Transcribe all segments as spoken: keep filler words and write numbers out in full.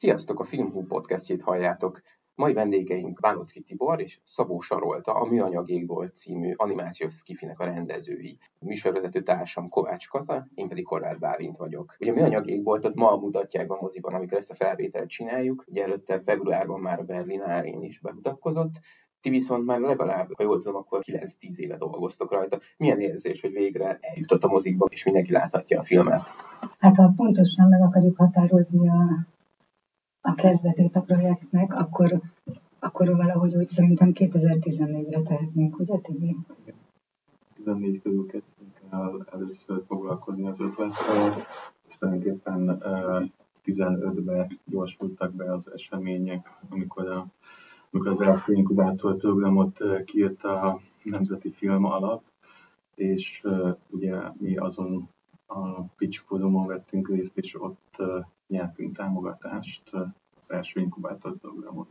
Sziasztok, a Filmhub podcastjét halljátok. Mai vendégeink Bánocki Tibor és Szabó Sarolta, a Műanyag égbolt című animációs szkifinek a rendezői. A műsorvezető társam Kovács Kata, én pedig Horváth Bálint vagyok. Ugye a Műanyag égboltot ma mutatják be a moziban, amikor ezt a felvételt csináljuk. Ugye előtte februárban már a Berlinálén is bemutatkozott. Ti viszont már legalább, ha jól tudom, akkor kilenc-tíz éve dolgoztok rajta. Milyen érzés, hogy végre eljutott a mozikba, és mindenki láthatja a filmet? Hát ha pontosan meg akarjuk határozni a, a kezdetét a projektnek, akkor, akkor valahogy úgy szerintem kétezer-tizennégyre tehetnénk, ugye Tibi? tizennégy körül kezdtünk el először foglalkozni az ötlettel, és tulajdonképpen tizenötben gyorsultak be az események, amikor, a, amikor az első inkubátor programot kiírta a Nemzeti Film Alap, és ugye mi azon a pitch fórumon vettünk részt, és ott nyertünk támogatást az első inkubátor programon.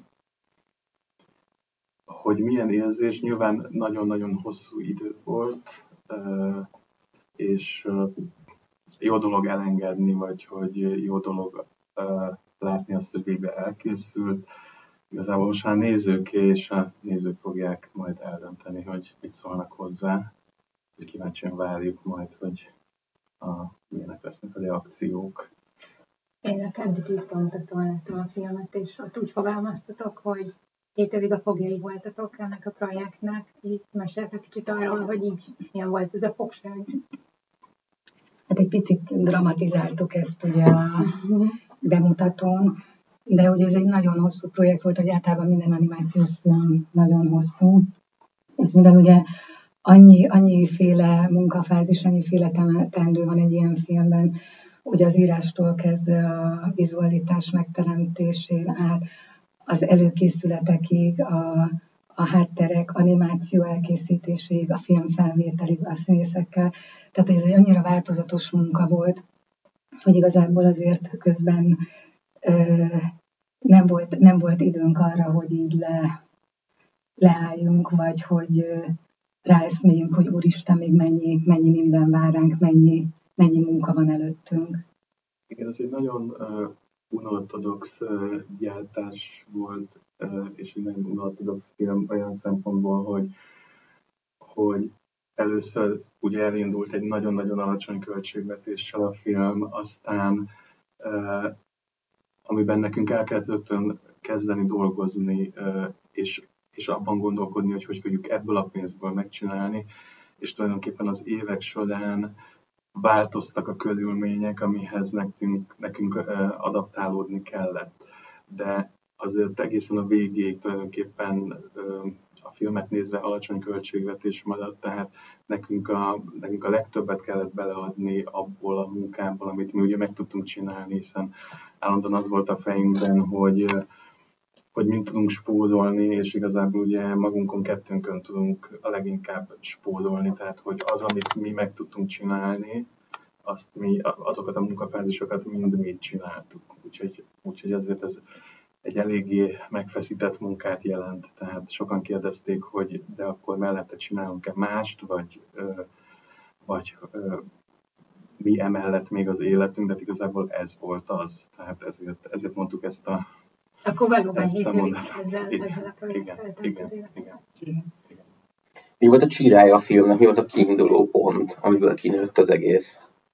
Hogy milyen érzés, nyilván nagyon-nagyon hosszú idő volt, és jó dolog elengedni, vagy hogy jó dolog látni azt, hogy végre elkészült. Igazából most már nézőké, és a nézők fogják majd eldönteni, hogy mit szólnak hozzá. Kíváncsian várjuk majd, hogy a, milyenek lesznek a reakciók. Én a keddi tíz pontoktól láttam a filmet, és ott úgy fogalmaztatok, hogy hét évig a fogjai voltatok ennek a projektnek. Így meséltek kicsit arról, hogy így milyen volt ez a fogság. Hát egy picit dramatizáltuk ezt ugye a bemutatón, de ugye ez egy nagyon hosszú projekt volt, hogy általában minden animációs film nagyon hosszú. És mivel ugye annyi, annyiféle munkafázis, annyiféle teendő van egy ilyen filmben, ugye az írástól kezdve a vizualitás megteremtésén át, az előkészületekig, a, a hátterek, animáció elkészítéséig, a filmfelvételig, a színészekkel. Tehát ez egy annyira változatos munka volt, hogy igazából azért közben ö, nem, volt, nem volt időnk arra, hogy így le, leálljunk, vagy hogy ö, ráeszméljünk, hogy úristen, még mennyi, mennyi minden vár ránk, mennyi, mennyi munka van előttünk. Igen, ez egy nagyon uh, unortodox uh, gyártás volt, uh, és egy nagyon unortodox film olyan szempontból, hogy, hogy először ugye elindult egy nagyon-nagyon alacsony költségvetéssel a film, aztán uh, amiben nekünk el kellett rögtön kezdeni dolgozni, uh, és, és abban gondolkodni, hogy hogy fogjuk ebből a pénzből megcsinálni, és tulajdonképpen az évek során változtak a körülmények, amihez nekünk, nekünk uh, adaptálódni kellett. De azért egészen a végéig tulajdonképpen uh, a filmet nézve alacsony költségvetés maradt, tehát nekünk a, nekünk a legtöbbet kellett beleadni abból a munkából, amit mi ugye meg tudtunk csinálni, hiszen állandóan az volt a fejünkben, hogy, uh, hogy mind tudunk spórolni, és igazából ugye magunkon kettőnkön tudunk a leginkább spórolni, tehát hogy az, amit mi meg tudtunk csinálni, azt mi, azokat a munkafázisokat mind mi csináltuk. Úgyhogy, úgyhogy ezért ez egy eléggé megfeszített munkát jelent. Tehát sokan kérdezték, hogy de akkor mellette csinálunk-e mást, vagy, vagy mi emellett még az életünk, de igazából ez volt az. Tehát ezért, ezért mondtuk ezt a Akkor valóban ezt a mondat. ezzel, Igen, ezzel a projekttel. igen, igen, igen, igen. Mi volt a csírája a filmnek, mi volt a kiinduló pont, amiből kinőtt az egész?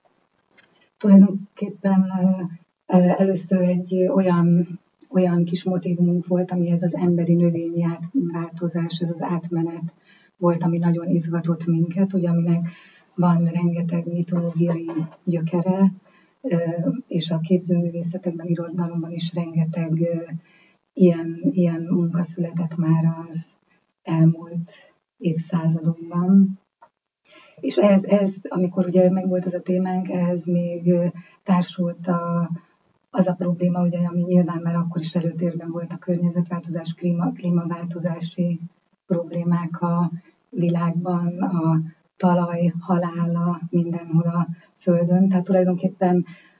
Tulajdonképpen először egy olyan, olyan kis motívumunk volt, ami ez az emberi növényi átváltozás, ez az átmenet volt, ami nagyon izgatott minket, ugye, aminek van rengeteg mitológiai gyökere, és a képzőművészetekben, irodalomban is rengeteg ilyen, ilyen munka született már az elmúlt évszázadokban. És ez, ez, amikor ugye megvolt ez a témánk, ehhez még társult a, az a probléma, ugye, ami nyilván már akkor is előtérben volt, a környezetváltozás, klíma, klímaváltozási problémák a világban, a talaj halála mindenhol a Földön. Tehát tulajdonképpen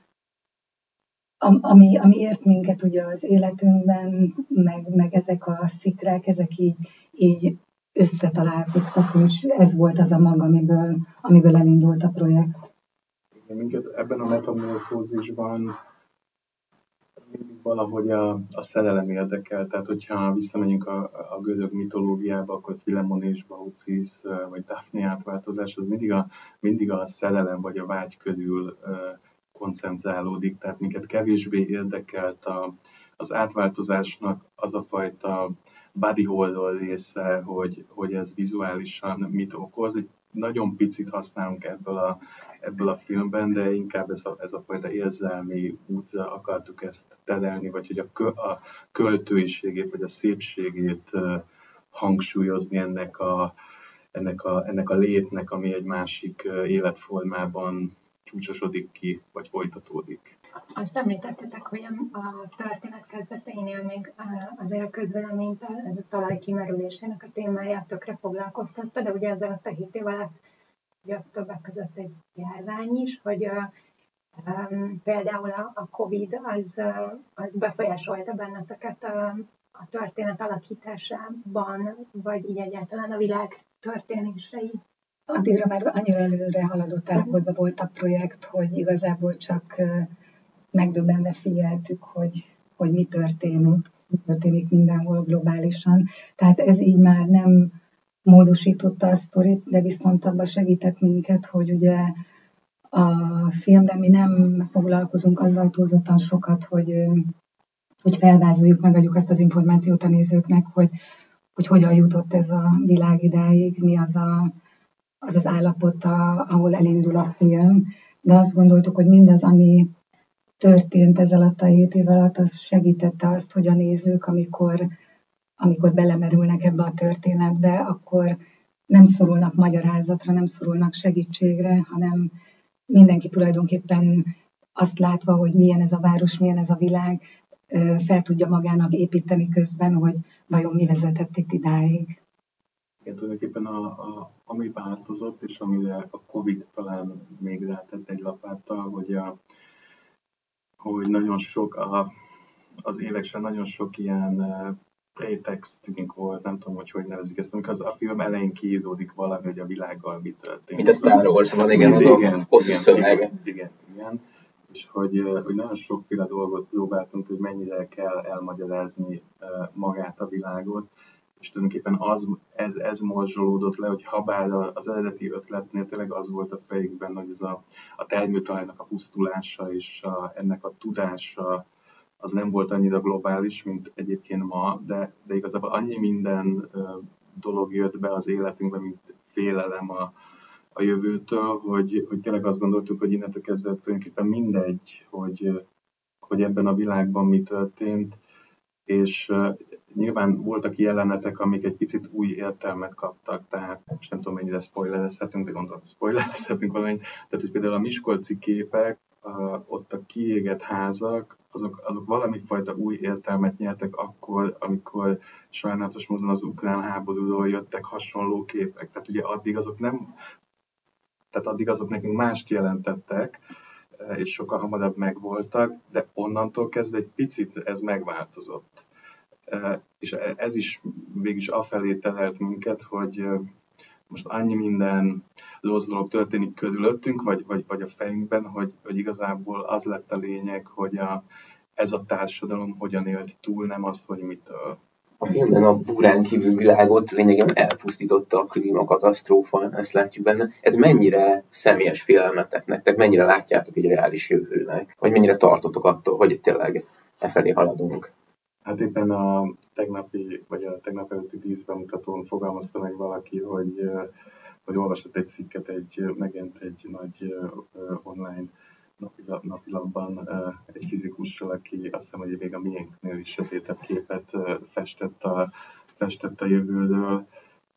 ami, ami ért minket ugye az életünkben, meg, meg ezek a szikrák, ezek így, így összetalálkoztak, és ez volt az a mag, amiből, amiből elindult a projekt. Minket ebben a metamorfózisban mindig valahogy a, a szerelem érdekel, tehát hogyha visszamegyünk a, a görög mitológiába, akkor Filemon és Baucis, vagy Daphne átváltozás, az mindig a, mindig a szerelem vagy a vágy körül koncentrálódik, tehát minket kevésbé érdekelt a, az átváltozásnak az a fajta body horror része, hogy, hogy ez vizuálisan mit okoz. Egy nagyon picit használunk ebből a, ebből a filmben, de inkább ez a, ez a fajta érzelmi útra akartuk ezt terelni, vagy hogy a, kö, a költőiségét, vagy a szépségét uh, hangsúlyozni ennek a, ennek, a, ennek a létnek, ami egy másik uh, életformában csúcsosodik ki, vagy folytatódik. Azt említettetek, hogy a történet kezdeteinél még azért a közvéleményt, ez a talaj kimerülésének a témáját tökre foglalkoztatta, de ugye ezzel a hét év alatt ugye többek között egy járvány is, hogy um, például a, a Covid az, az befolyásolta benneteket a, a történet alakításában, vagy így egyáltalán a világ történései. Addigra már annyira előre haladott állapotban volt a projekt, hogy igazából csak megdöbbenve figyeltük, hogy, hogy mi történik, mi történik mindenhol globálisan. Tehát ez így már nem módosította a sztorit, de viszont abban segített minket, hogy ugye a filmben mi nem foglalkozunk azzal túlzottan sokat, hogy, hogy felvázoljuk, megadjuk azt az információt a nézőknek, hogy, hogy hogyan jutott ez a világ idáig, mi az a, az, az állapot, ahol elindul a film. De azt gondoltuk, hogy mindaz, ami történt ez alatt a hét év alatt, az segítette azt, hogy a nézők, amikor, amikor belemerülnek ebbe a történetbe, akkor nem szorulnak magyarázatra, nem szorulnak segítségre, hanem mindenki tulajdonképpen azt látva, hogy milyen ez a város, milyen ez a világ, fel tudja magának építeni közben, hogy vajon mi vezetett itt idáig. Igen, tulajdonképpen a, a, ami változott, és amire a Covid talán még rátett egy lapáttal, hogy a hogy nagyon sok, a, az években nagyon sok ilyen uh, pretextünk volt, nem tudom, hogy hogy nevezik ezt, amikor az a film elején kiíródik valami, hogy a világgal mi történik. Mint a Star Wars-ban, igen, az igen, a hosszú szöveg. Igen, igen, igen, és hogy, uh, hogy nagyon sokféle dolgot próbáltunk, hogy mennyire kell elmagyarázni uh, magát a világot, és tulajdonképpen az, ez, ez morzsolódott le, hogy habár az eredeti ötletnél tényleg az volt a fejükben, hogy ez a, a termőtalajnak a pusztulása és a, ennek a tudása az nem volt annyira globális, mint egyébként ma, de, de igazából annyi minden uh, dolog jött be az életünkbe, mint félelem a, a jövőtől, hogy, hogy tényleg azt gondoltuk, hogy innentől kezdve tulajdonképpen mindegy, hogy, hogy ebben a világban mi történt, és uh, nyilván voltak jelenetek, amik egy picit új értelmet kaptak, tehát most nem tudom, mennyire spoilerezhetünk, de gondolom, spoilerezhetünk valamit. Tehát, hogy például a miskolci képek, uh, ott a kiégett házak, azok, azok valami fajta új értelmet nyertek akkor, amikor sajnálatos módon az ukrán háborúról jöttek hasonló képek. Tehát ugye addig azok nem, tehát addig azok nekünk mást jelentettek, és sokkal hamarabb megvoltak, de onnantól kezdve egy picit ez megváltozott. És ez is végülis afelé terelt minket, hogy most annyi minden rossz dolog történik körülöttünk, vagy, vagy, vagy a fejünkben, hogy, hogy igazából az lett a lényeg, hogy a, ez a társadalom hogyan élt túl, nem az, hogy mitől. A filmben a búrán kívül világot lényegében elpusztította a klímakatasztrófa, ezt látjuk benne. Ez mennyire személyes félelmetek nektek, mennyire látjátok egy reális jövőnek, vagy mennyire tartotok attól, hogy tényleg e felé haladunk? Hát éppen a tegnapi, vagy a tegnap előtti tíz bemutatón fogalmazta meg valaki, hogy, hogy olvasott egy cikket, egy, megjelent egy nagy uh, online napilap, napilapban uh, egy fizikussal, aki azt hiszem, hogy még a miénknél is sötétebb képet uh, festett, a, festett a jövőről.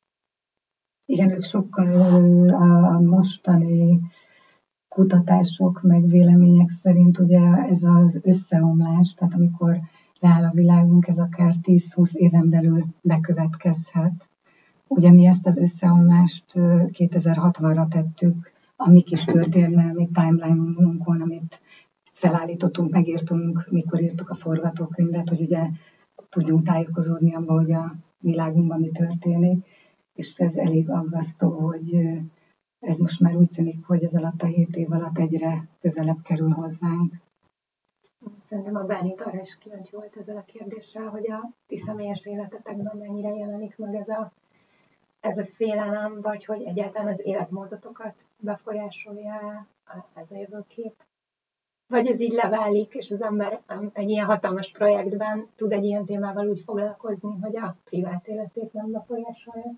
Igen, ők sokkal a mostani kutatások, meg vélemények szerint ugye ez az összeomlás, tehát amikor leáll a világunk, ez akár tíz-húsz éven belül bekövetkezhet. Ugye mi ezt az összeomlást kétezer-hatvanra tettük, a mi kis történelmi timeline-unkon, amit felállítottunk, megírtunk, mikor írtuk a forgatókönyvet, hogy ugye tudjunk tájékozódni abban, hogy a világunkban mi történik. És ez elég aggasztó, hogy ez most már úgy tűnik, hogy ez alatt a hét év alatt egyre közelebb kerül hozzánk. Szerintem a Bálint arra is kíváncsi volt ezzel a kérdéssel, hogy a ti személyes életetekben mennyire jelenik meg ez a, ez a félelem, vagy hogy egyáltalán az életmódotokat befolyásolja ez a jövőkép. Vagy ez így leválik, és az ember egy ilyen hatalmas projektben tud egy ilyen témával úgy foglalkozni, hogy a privát életét nem befolyásolja.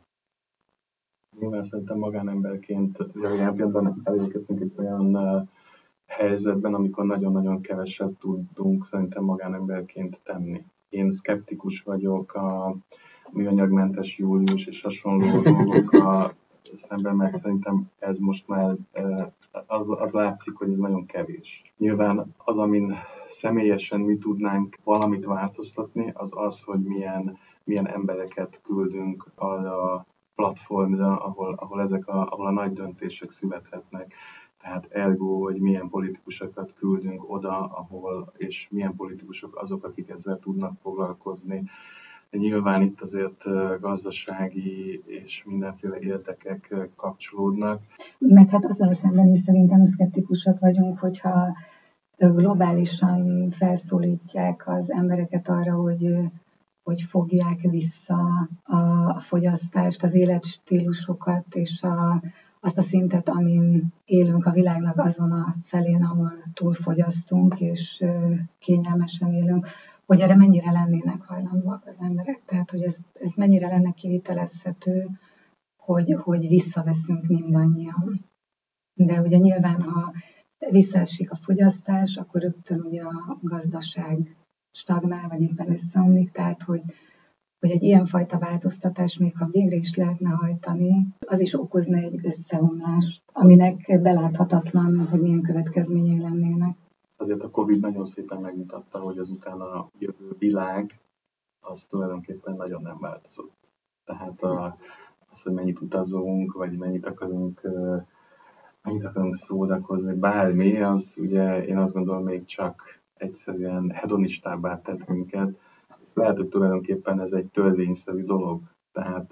Nyilván szerintem magánemberként, jelen pillanatban elérkeztünk egy olyan uh, helyzetben, amikor nagyon-nagyon keveset tudunk szerintem magánemberként tenni. Én szkeptikus vagyok a műanyagmentes július és hasonló dolgokkal szemben, mert szerintem ez most már uh, az, az látszik, hogy ez nagyon kevés. Nyilván az, amin személyesen mi tudnánk valamit változtatni, az az, hogy milyen, milyen embereket küldünk arra platformra, ahol, ahol, ezek a, ahol a nagy döntések születhetnek. Tehát ergo, hogy milyen politikusokat küldünk oda, ahol, és milyen politikusok azok, akik ezzel tudnak foglalkozni. De nyilván itt azért gazdasági és mindenféle érdekek kapcsolódnak. Meg hát azzal szemben is szerintem szkeptikusak vagyunk, hogyha globálisan felszólítják az embereket arra, hogy hogy fogják vissza a, a fogyasztást, az életstílusokat és a, azt a szintet, amin élünk a világnak azon a felén, ahol túlfogyasztunk és kényelmesen élünk, hogy erre mennyire lennének hajlandóak az emberek. Tehát, hogy ez, ez mennyire lenne kivitelezhető, hogy, hogy visszaveszünk mindannyian. De ugye nyilván, ha visszaesik a fogyasztás, akkor rögtön ugye a gazdaság stagnál, vagy éppen összeomlik, tehát hogy, hogy egy ilyenfajta változtatás, még ha végre is lehetne hajtani, az is okozna egy összeomlást, aminek beláthatatlan, hogy milyen következményei lennének. Azért a Covid nagyon szépen megmutatta, hogy azután a jövő világ az tulajdonképpen nagyon nem változott. Tehát a, az, hogy mennyit utazunk, vagy mennyit akarunk, mennyit akarunk szórakozni, bármi, az ugye én azt gondolom még csak egyszerűen hedonistábbá tett minket. Lehet, hogy tulajdonképpen ez egy törvényszerű dolog. Tehát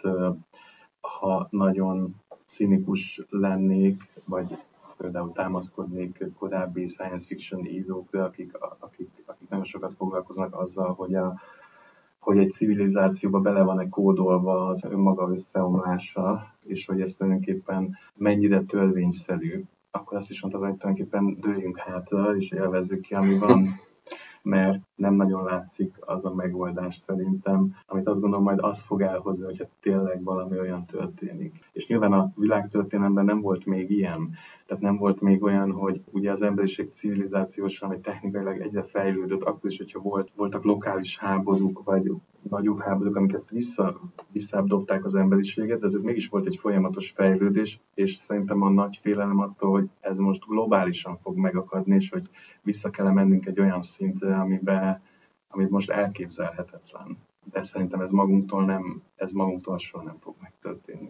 ha nagyon cinikus lennék, vagy például támaszkodnék korábbi science fiction írókra, akik, akik, akik nagyon sokat foglalkoznak azzal, hogy, a, hogy egy civilizációba bele van-e kódolva az önmaga összeomlása, és hogy ez tulajdonképpen mennyire törvényszerű, akkor azt is mondtam, hogy tulajdonképpen dőljünk hátra, és élvezzük ki, ami van, mert nem nagyon látszik az a megoldás szerintem, amit azt gondolom majd az fog elhozni, hogyha tényleg valami olyan történik. És nyilván a világtörténelemben nem volt még ilyen, tehát nem volt még olyan, hogy ugye az emberiség civilizációsan, vagy technikailag egyre fejlődött, akkor is, hogyha volt, voltak lokális háborúk, vagy nagyobb háborúk, amik ezt vissza, visszadobták az emberiséget, de ez mégis volt egy folyamatos fejlődés, és szerintem a nagy félelem attól, hogy ez most globálisan fog megakadni, és hogy vissza kell mennünk egy olyan szintre, amiben, amit most elképzelhetetlen. De szerintem ez magunktól nem, ez magunktól soha nem fog megtörténni.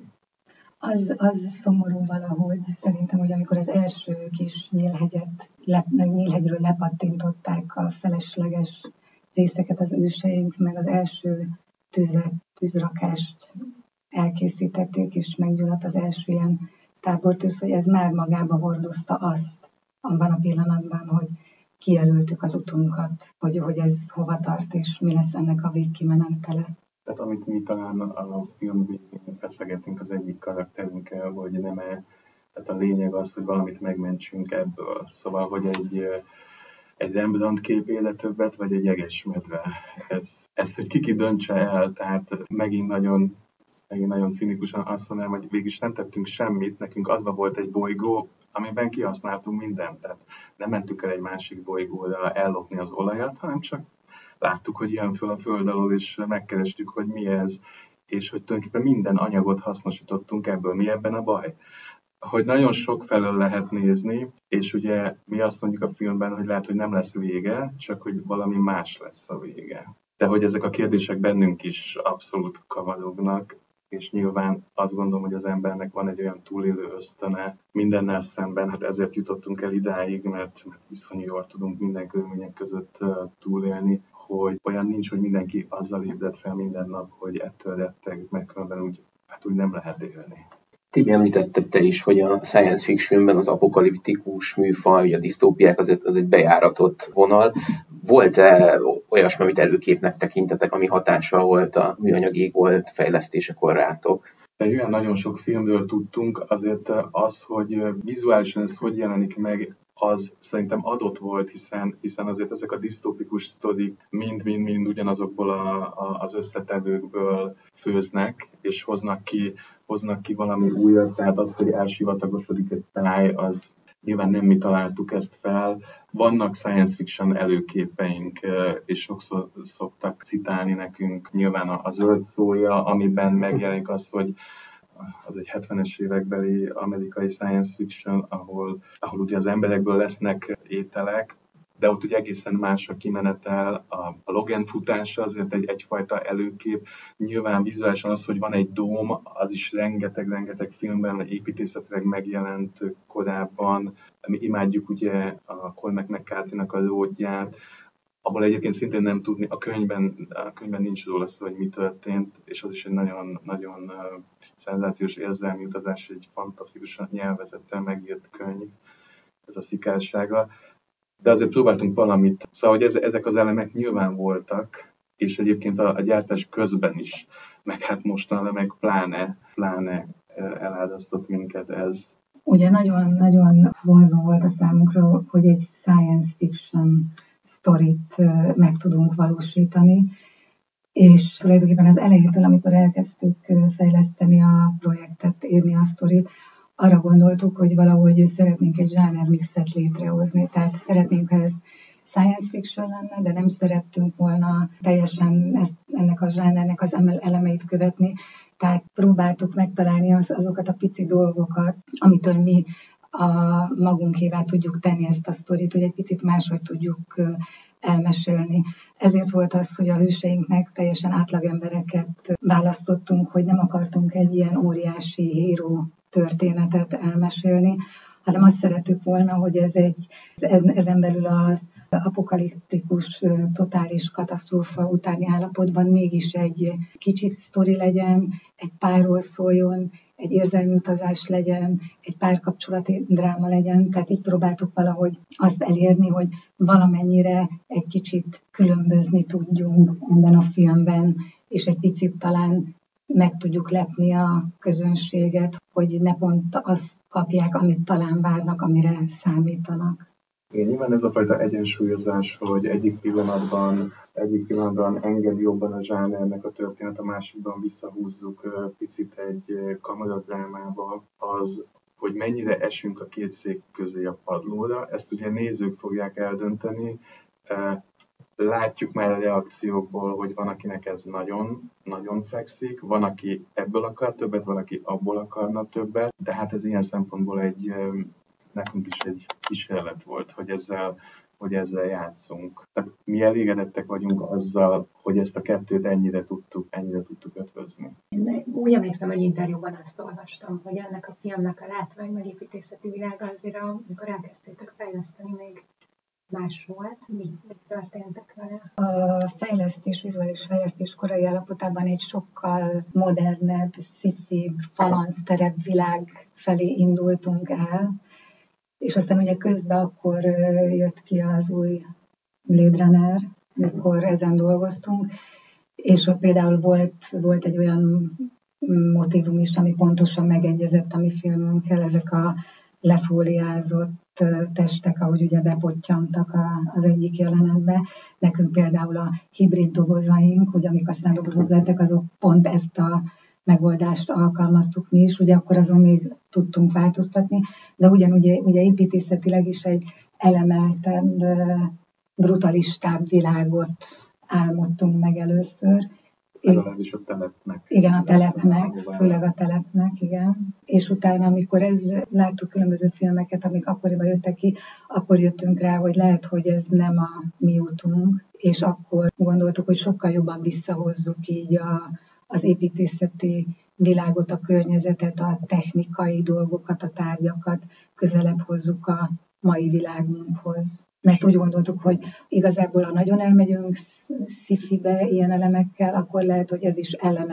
Az, az szomorú valahogy, szerintem, hogy amikor az első kis nyílhegyet, le, nyílhegyről lepattintották a felesleges részeket az őseink, meg az első tüzet, tűzrakást elkészítették, és meggyulladt az első ilyen tábortűz, hogy ez már magába hordozta azt abban a pillanatban, hogy kijelöltük az utunkat, hogy, hogy ez hova tart, és mi lesz ennek a végkimenetele. Tehát amit mi talán a film végén feszegetünk az egyik karakterünkkel, hogy nem -e, tehát a lényeg az, hogy valamit megmentsünk ebből. Szóval, hogy egy, egy Rembrandt kép éle többet, vagy egy jegesmedve. Ez, ez, hogy kiki döntse el, tehát megint nagyon, megint nagyon cinikusan azt mondanám, hogy végülis nem tettünk semmit, nekünk adva volt egy bolygó, amiben kihasználtunk mindent. Tehát nem mentünk el egy másik bolygóra ellopni az olajat, hanem csak láttuk, hogy jön föl a föld alól, és megkerestük, hogy mi ez, és hogy tulajdonképpen minden anyagot hasznosítottunk ebből. Mi ebben a baj? Hogy nagyon sok felől lehet nézni, és ugye mi azt mondjuk a filmben, hogy lehet, hogy nem lesz vége, csak hogy valami más lesz a vége. De hogy ezek a kérdések bennünk is abszolút kavarognak, és nyilván azt gondolom, hogy az embernek van egy olyan túlélő ösztöne mindennel szemben, hát ezért jutottunk el idáig, mert, mert iszonyú jól tudunk minden körülmények között túlélni, hogy olyan nincs, hogy mindenki azzal ébred fel minden nap, hogy ettől retteg, meg különben úgy, hát úgy nem lehet élni. Tibi, említetted te is, hogy a science fictionben az apokaliptikus műfaj, a disztópiák azért az egy bejáratott vonal. Volt-e olyasmi, amit előképnek tekintetek, ami hatással volt a műanyag égbolt fejlesztésekor rátok? Egy olyan nagyon sok filmről tudtunk, azért az, hogy vizuálisan ez hogy jelenik meg, az szerintem adott volt, hiszen, hiszen azért ezek a disztópikus sztorik mind-mind-mind ugyanazokból a, a, az összetevőkből főznek, és hoznak ki, hoznak ki valami újat, tehát az, hogy elsivatagosodik egy táj, az nyilván nem mi találtuk ezt fel. Vannak science fiction előképeink, és sokszor szoktak citálni nekünk nyilván a, a zöld szója, amiben megjelenik az, hogy az egy hetvenes évekbeli amerikai science fiction, ahol, ahol ugye az emberekből lesznek ételek, de ott ugye egészen más a kimenetel, a, a Logan futása azért egy, egyfajta előkép. Nyilván vizuálisan az, hogy van egy dóm, az is rengeteg-rengeteg filmben építészetileg megjelent korábban. Mi imádjuk ugye a Cormac McCarthy-nak a Lódját, ahol egyébként szintén nem tudni, a könyvben, a könyvben nincs róla szó, hogy mi történt, és az is egy nagyon, nagyon uh, szenzációs érzelmi utazás, egy fantasztikusan nyelvezettel megírt könyv, ez a szikársága. De azért próbáltunk valamit, szóval hogy ez, ezek az elemek nyilván voltak, és egyébként a, a gyártás közben is, meg hát mostanra meg pláne, pláne elárasztott minket ez. Ugye nagyon-nagyon vonzó volt a számunkra, hogy egy science fiction sztorit meg tudunk valósítani, és tulajdonképpen az elejétől, amikor elkezdtük fejleszteni a projektet, írni a sztorit, arra gondoltuk, hogy valahogy szeretnénk egy zsánermixet létrehozni, tehát szeretnénk, ha ez science fiction lenne, de nem szerettünk volna teljesen ezt, ennek a zsánernek az elemeit követni, tehát próbáltuk megtalálni az, azokat a pici dolgokat, amitől mi a magunkévá tudjuk tenni ezt a sztorit, hogy egy picit máshogy tudjuk elmesélni. Ezért volt az, hogy a hőseinknek teljesen átlagembereket választottunk, hogy nem akartunk egy ilyen óriási híró történetet elmesélni, hanem azt szerettük volna, hogy ez egy, ezen belül az apokaliptikus, totális katasztrófa utáni állapotban mégis egy kicsit sztori legyen, egy párról szóljon, egy érzelmi utazás legyen, egy párkapcsolati dráma legyen, tehát így próbáltuk valahogy azt elérni, hogy valamennyire egy kicsit különbözni tudjunk ebben a filmben, és egy picit talán meg tudjuk lepni a közönséget, hogy ne pont azt kapják, amit talán várnak, amire számítanak. Igen, nyilván ez a fajta egyensúlyozás, hogy egyik pillanatban, egyik pillanatban engedi jobban a zsánernek a történet, a másikban visszahúzzuk picit egy kamaradrámába, az, hogy mennyire esünk a két szék közé a padlóra, ezt ugye nézők fogják eldönteni. Látjuk már a reakciókból, hogy van, akinek ez nagyon, nagyon fekszik, van, aki ebből akar többet, van, aki abból akarna többet, de hát ez ilyen szempontból egy, nekünk is egy kísérlet volt, hogy ezzel, hogy ezzel játszunk. Tehát mi elégedettek vagyunk azzal, hogy ezt a kettőt ennyire tudtuk, ennyire tudtuk ötvözni. Én úgy emlékszem, hogy interjúban azt olvastam, hogy ennek a filmnek a látvány meg építészeti világa azért, amikor elkezdtétek fejleszteni, még más volt? Mi történtek vele? A fejlesztés, vizuális fejlesztés korai állapotában egy sokkal modernebb, sci-fi, falanszterebb világ felé indultunk el, és aztán ugye közben akkor jött ki az új Blade Runner, mikor ezen dolgoztunk, és ott például volt, volt egy olyan motívum is, ami pontosan megegyezett a mi filmünkkel, ezek a lefóliázott testek, ahogy ugye bepottyantak az egyik jelenetbe. Nekünk például a hibrid dobozaink, ugye amik aztán dobozok lettek, azok pont ezt a megoldást alkalmaztuk mi is, ugye akkor azon még tudtunk változtatni, de ugyanúgy ugye építészetileg is egy elemeltebb, brutalistább világot álmodtunk meg először. Legalábbis a telepnek. Igen, a telepnek, főleg a telepnek, igen. És utána, amikor ez, láttuk különböző filmeket, amik akkoriban jöttek ki, akkor jöttünk rá, hogy lehet, hogy ez nem a mi útunk, és akkor gondoltuk, hogy sokkal jobban visszahozzuk így a, az építészeti világot, a környezetet, a technikai dolgokat, a tárgyakat közelebb hozzuk a mai világunkhoz. Mert úgy gondoltuk, hogy igazából, ha nagyon elmegyünk sci-fibe ilyen elemekkel, akkor lehet, hogy ez is ellene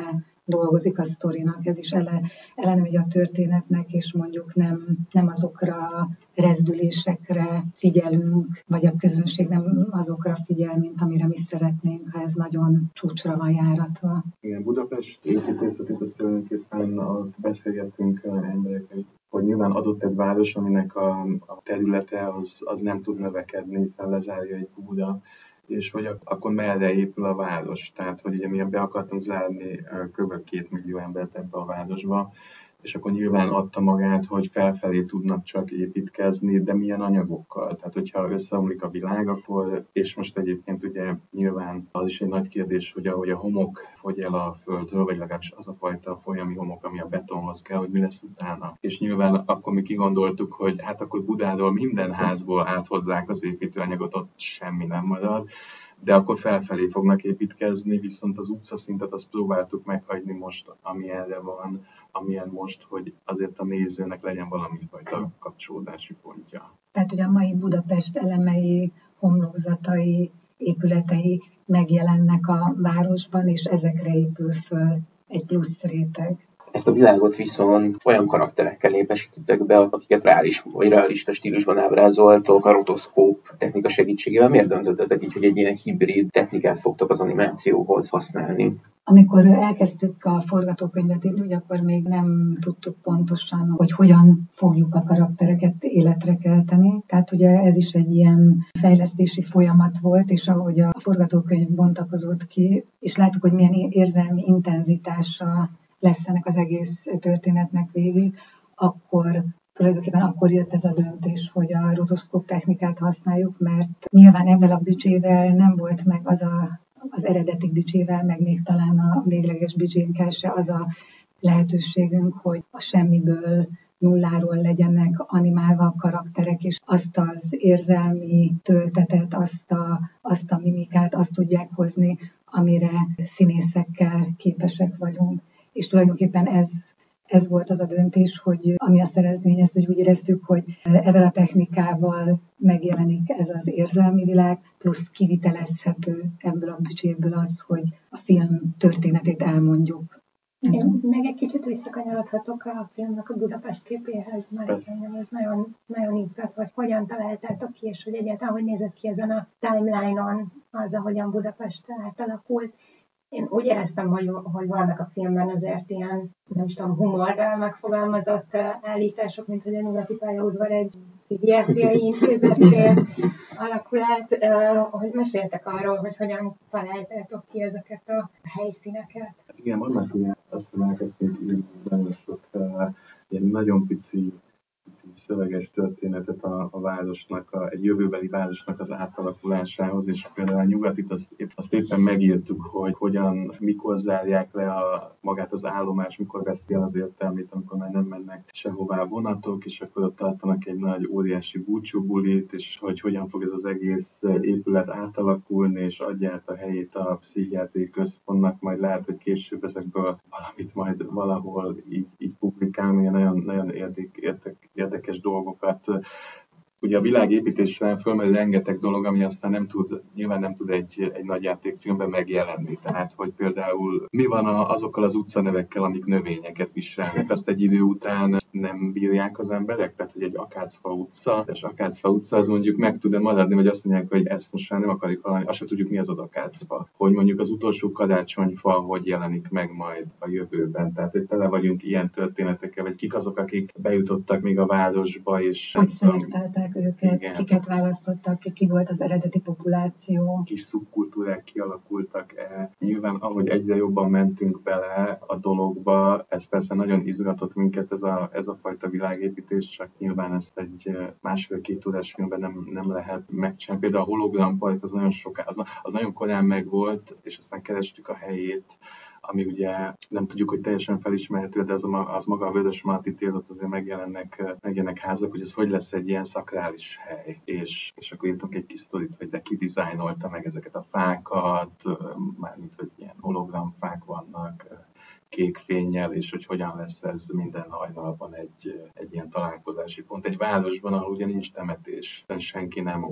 dolgozik a sztorinak, ez is ele, elemegy a történetnek, és mondjuk nem, nem azokra a rezdülésekre figyelünk, vagy a közönség nem azokra figyel, mint amire mi szeretnénk, ha ez nagyon csúcsra van járatva. Igen, Budapest építészetét azt tulajdonképpen beszélgettünk emberekkel, hogy nyilván adott egy város, aminek a, a területe az, az nem tud növekedni, hiszen lezárja egy Buda, és hogy akkor merre épül a város. Tehát, hogy ugye mi be akartunk zárni kb. két millió embert ebbe a városba, és akkor nyilván adta magát, hogy felfelé tudnak csak építkezni, de milyen anyagokkal. Tehát, hogyha összeomlik a világ, akkor, és most egyébként ugye nyilván az is egy nagy kérdés, hogy ahogy a homok fogy el a földről, vagy legalábbis az a fajta folyami homok, ami a betonhoz kell, hogy mi lesz utána. És nyilván akkor mi kigondoltuk, hogy hát akkor Budáról minden házból áthozzák az építőanyagot, ott semmi nem marad, de akkor felfelé fognak építkezni, viszont az utcaszintet azt próbáltuk meghagyni most, ami erre van, amilyen most, hogy azért a nézőnek legyen valami fajta kapcsolódási pontja. Tehát ugye a mai Budapest elemei, homlokzatai, épületei megjelennek a városban, és ezekre épül föl egy plusz réteg. Ezt a világot viszont olyan karakterekkel népesítettek be, akiket reális vagy realista stílusban ábrázoltok a rotoszkóp technika segítségével. Miért döntöttetek így, hogy egy ilyen hibrid technikát fogtok az animációhoz használni? Amikor elkezdtük a forgatókönyvet írni, ugye akkor még nem tudtuk pontosan, hogy hogyan fogjuk a karaktereket életre kelteni. Tehát ugye ez is egy ilyen fejlesztési folyamat volt, és ahogy a forgatókönyv bontakozott ki, és láttuk, hogy milyen érzelmi intenzitása lesz ennek az egész történetnek végig, akkor tulajdonképpen akkor jött ez a döntés, hogy a rotoszkóp technikát használjuk, mert nyilván ebben a büdzsével nem volt meg az a, az eredeti büdzsével, meg még talán a végleges büdzsénkkel se az a lehetőségünk, hogy a semmiből nulláról legyenek animálva a karakterek, és azt az érzelmi töltetet, azt a, azt a mimikát, azt tudják hozni, amire színészekkel képesek vagyunk. És tulajdonképpen ez, ez volt az a döntés, hogy ami a szerezmény, hogy úgy éreztük, hogy ezzel a technikával megjelenik ez az érzelmi világ, plusz kivitelezhető ebből a büdzséből az, hogy a film történetét elmondjuk. Én meg egy kicsit visszakanyarodhatok a filmnek a Budapest képéhez, mert engem ez nagyon, nagyon izgat, hogy hogyan találtátok ki, és hogy egyáltalán hogy nézett ki ezen a timeline-on az, ahogyan Budapest átalakult. Én úgy éreztem, hogy, hogy vannak a filmben azért ilyen, nem is tudom, humorral megfogalmazott állítások, mint hogy a Nyugati pályaudvar egy pszichiátriai intézetté alakul át, hogy meséltek arról, hogy hogyan találtátok ki ezeket a helyszíneket. Igen, vannak ilyen, azt hiszem elkezdtünk írni nagyon sok ilyen nagyon pici szöveges történetet a, a városnak, a, egy jövőbeli városnak az átalakulásához, és például a Nyugatit azt, azt éppen megírtuk, hogy hogyan, mikor zárják le a, magát az állomás, mikor veszi el az értelmét, amikor már nem mennek sehová vonatok, és akkor ott tartanak egy nagy óriási búcsúbulit, és hogy hogyan fog ez az egész épület átalakulni, és adja át a helyét a pszichiátriai központnak, majd lehet, hogy később ezekből valamit majd valahol így, így publikálni, nagyon, nagyon érdek, érdek, érdekes dolgokat. Ugye a világépítésre fölmerül rengeteg dolog, ami aztán nem tud, nyilván nem tud egy, egy nagy játékfilmben megjelenni. Tehát, hogy például mi van a, azokkal az utcanevekkel, amik növényeket viselnek. Azt egy idő után nem bírják az emberek, tehát, hogy egy Akácfa utca, és Akácfa utca az mondjuk meg tud-e maradni, vagy azt mondják, hogy ezt most már nem akarjuk hallani, azt sem tudjuk, mi az az Akácfa. Hogy mondjuk az utolsó karácsonyfa, hogy jelenik meg majd a jövőben. Tehát, hogy tele vagyunk ilyen történetekkel, vagy kik azok, akik bejutottak még a városba, és hogy szelektálták őket, igen. Kiket választottak, ki, ki volt az eredeti populáció. Kis szubkultúrák kialakultak el. Nyilván, ahogy egyre jobban mentünk bele a dologba, ez persze nagyon izgatott minket ez a, ez a fajta világépítés, csak nyilván ezt egy másfél-két órás filmben nem, nem lehet megcsinálni. Például a Hologram Park az nagyon soká, az, az nagyon korán megvolt, és aztán kerestük a helyét, ami ugye nem tudjuk, hogy teljesen felismerhető, de az, a, az maga a Vörösmarty tér, ott azért megjelennek, megjelennek házak, hogy ez hogy lesz egy ilyen szakrális hely. És, és akkor írtunk egy kis sztorit, hogy de ki dizájnolta meg ezeket a fákat, mármint, hogy ilyen hologramfák vannak, kék fénnyel, és hogy hogyan lesz ez minden hajnalban egy, egy ilyen találkozási pont. Egy városban, ahol ugye nincs temetés, senki nem ott, ott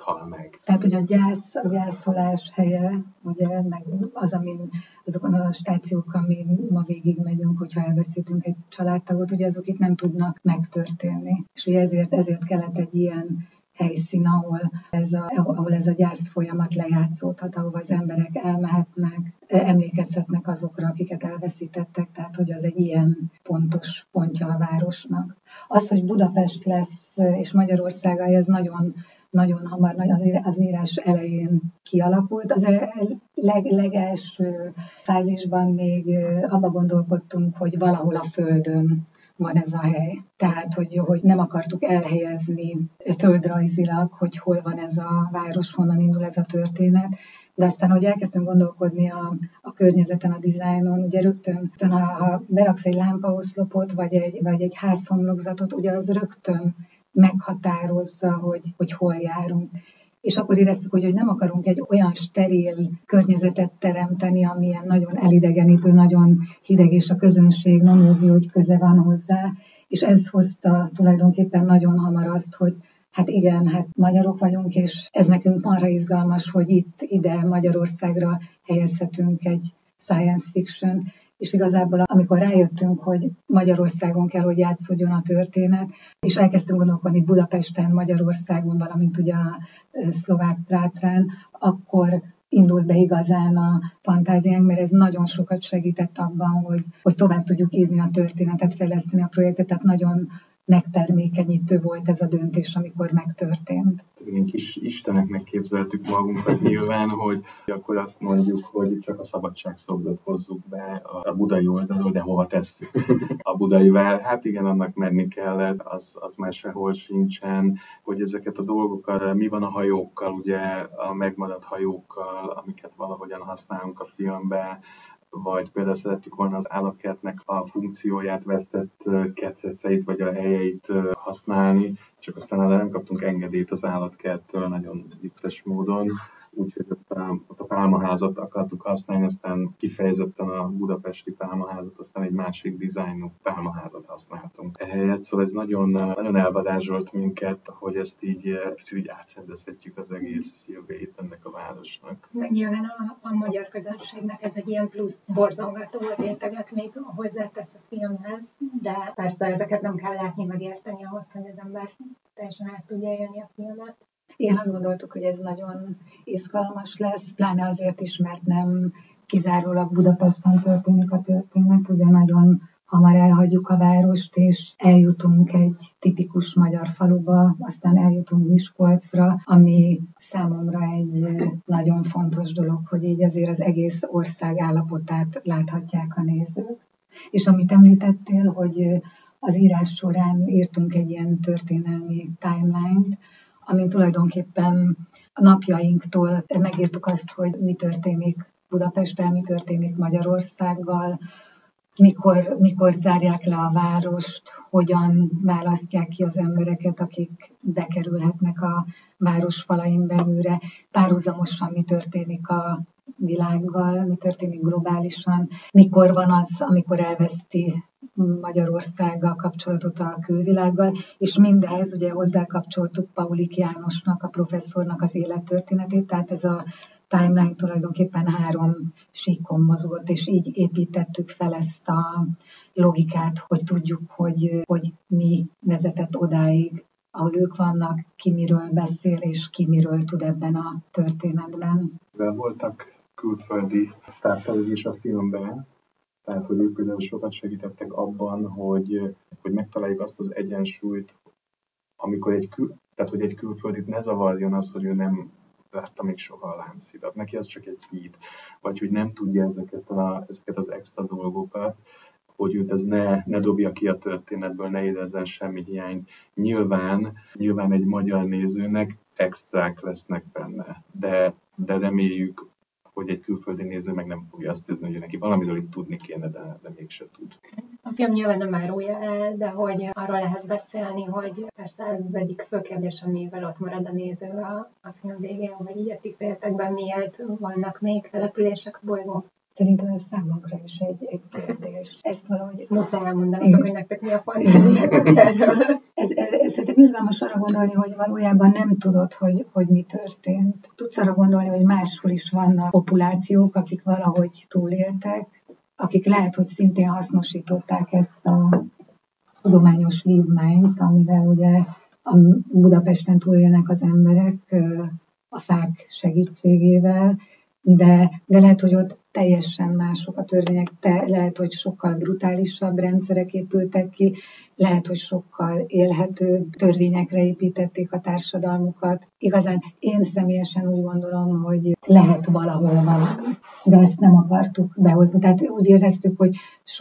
hal meg. Tehát, hogy a gyász, a gyászolás helye, ugye, meg az, amin, azokon a stációk, amin ma végig megyünk, hogyha elveszítünk egy családtagot, ugye azok itt nem tudnak megtörténni. És ugye ezért, ezért kellett egy ilyen helyszín, ahol ez a, ahol ez a gyász folyamat lejátszódhat, ahol az emberek elmehetnek, emlékezhetnek azokra, akiket elveszítettek, tehát hogy az egy ilyen pontos pontja a városnak. Az, hogy Budapest lesz és Magyarország, ez nagyon, nagyon hamar az írás elején kialakult. Az leg, legelső fázisban még abba gondolkodtunk, hogy valahol a Földön van ez a hely. Tehát, hogy, hogy nem akartuk elhelyezni földrajzilag, hogy hol van ez a város, honnan indul ez a történet. De aztán, hogy elkezdtünk gondolkodni a, a környezeten, a dizájnon, ugye rögtön, rögtön ha, ha beraksz egy lámpaoszlopot, vagy egy, vagy egy házhomlokzatot, ugye az rögtön meghatározza, hogy, hogy hol járunk. És akkor éreztük, hogy, hogy nem akarunk egy olyan steril környezetet teremteni, amilyen nagyon elidegenítő, nagyon hideg, és a közönség nem érzi, hogy köze van hozzá. És ez hozta tulajdonképpen nagyon hamar azt, hogy hát igen, hát magyarok vagyunk, és ez nekünk marha izgalmas, hogy itt, ide Magyarországra helyezhetünk egy science fiction. És igazából, amikor rájöttünk, hogy Magyarországon kell, hogy játszódjon a történet, és elkezdtünk gondolkodni Budapesten, Magyarországon, valamint ugye a szlovák Tátrán, akkor indult be igazán a fantáziánk, mert ez nagyon sokat segített abban, hogy, hogy tovább tudjuk írni a történetet, fejleszteni a projektet, tehát nagyon megtermékenyítő volt ez a döntés, amikor megtörtént. Mi kis isteneknek képzeltük magunkat nyilván, hogy akkor azt mondjuk, hogy csak a szabadságszobrot hozzuk be a budai oldalról, de hova tesszük a budai vár. Hát igen, annak menni kellett, az, az már sehol sincsen, hogy ezeket a dolgokat, mi van a hajókkal, ugye a megmaradt hajókkal, amiket valahogyan használunk a filmbe, vagy például szerettük volna az állatkertnek a funkcióját, vesztett ketreceit, vagy a helyeit használni, csak aztán arra nem kaptunk engedélyt az állatkerttől nagyon vicces módon, úgyhogy ott a, ott a pálmaházat akartuk használni, aztán kifejezetten a budapesti pálmaházat, aztán egy másik dizájnú pálmaházat használtunk ehelyett, szóval ez nagyon, nagyon elvarázsolt minket, hogy ezt így, így átszendezhetjük az egész jövőjét ennek a városnak. Meg nyilván a, a magyar közönségnek ez egy ilyen plusz borzongató réteget még hozzátesz a filmhez, de persze ezeket nem kell látni, meg érteni ahhoz, hogy az ember teljesen át tudja élni a filmet. Igen, azt gondoltuk, hogy ez nagyon izgalmas lesz, pláne azért is, mert nem kizárólag Budapesten történik a történet, ugye nagyon hamar elhagyjuk a várost, és eljutunk egy tipikus magyar faluba, aztán eljutunk Miskolcra, ami számomra egy nagyon fontos dolog, hogy így azért az egész ország állapotát láthatják a nézők. És amit említettél, hogy az írás során írtunk egy ilyen történelmi timeline-t, amin tulajdonképpen a napjainktól megírtuk azt, hogy mi történik Budapesten, mi történik Magyarországgal, mikor, mikor zárják le a várost, hogyan választják ki az embereket, akik bekerülhetnek a város falain belülre, párhuzamosan mi történik a világgal, mi történik globálisan, mikor van az, amikor elveszti Magyarországgal kapcsolatot a külvilággal, és mindehhez ugye hozzákapcsoltuk Paulik Jánosnak, a professzornak az élettörténetét, tehát ez a timeline tulajdonképpen három síkon mozgott, és így építettük fel ezt a logikát, hogy tudjuk, hogy, hogy mi vezetett odáig, ahol ők vannak, ki miről beszél, és ki miről tud ebben a történetben. De voltak külföldi sztártagok is a filmben, tehát, hogy ők például sokat segítettek abban, hogy, hogy megtaláljuk azt az egyensúlyt, amikor egy, kül, tehát, hogy egy külföldit ne zavarjon az, hogy ő nem látta még soha a Lánchidat. Neki az csak egy híd. Vagy hogy nem tudja ezeket, a, ezeket az extra dolgokat, hogy őt ez ne, ne dobja ki a történetből, ne érezzen semmi hiányt. Nyilván, nyilván egy magyar nézőnek extrák lesznek benne, de, de reméljük, hogy egy külföldi néző meg nem fogja azt érezni, hogy neki valamiről itt tudni kéne, de, de mégse tud. A film nyilván nem árulja el, de hogy arról lehet beszélni, hogy persze ez az egyik fő kérdés, amivel ott marad a néző a, a film végén, hogy így a ti fejetekben miért vannak még települések a bolygón Szerintem ez számunkra is egy, egy kérdés. Ezt valahogy... Ezt muszáj elmondanátok, hogy nektek mi a fantáziátok erről. Ez, ez, ez szerintem izgalmas arra gondolni, hogy valójában nem tudod, hogy, hogy mi történt. Tudsz arra gondolni, hogy máshol is vannak populációk, akik valahogy túléltek, akik lehet, hogy szintén hasznosították ezt a tudományos vívmányt, amivel ugye a Budapesten túlélnek az emberek a fák segítségével, de, de lehet, hogy ott teljesen mások a törvények, te, lehet, hogy sokkal brutálisabb rendszerek épültek ki, lehet, hogy sokkal élhetőbb törvényekre építették a társadalmukat. Igazán én személyesen úgy gondolom, hogy lehet valahol valami, de ezt nem akartuk behozni. Tehát úgy éreztük, hogy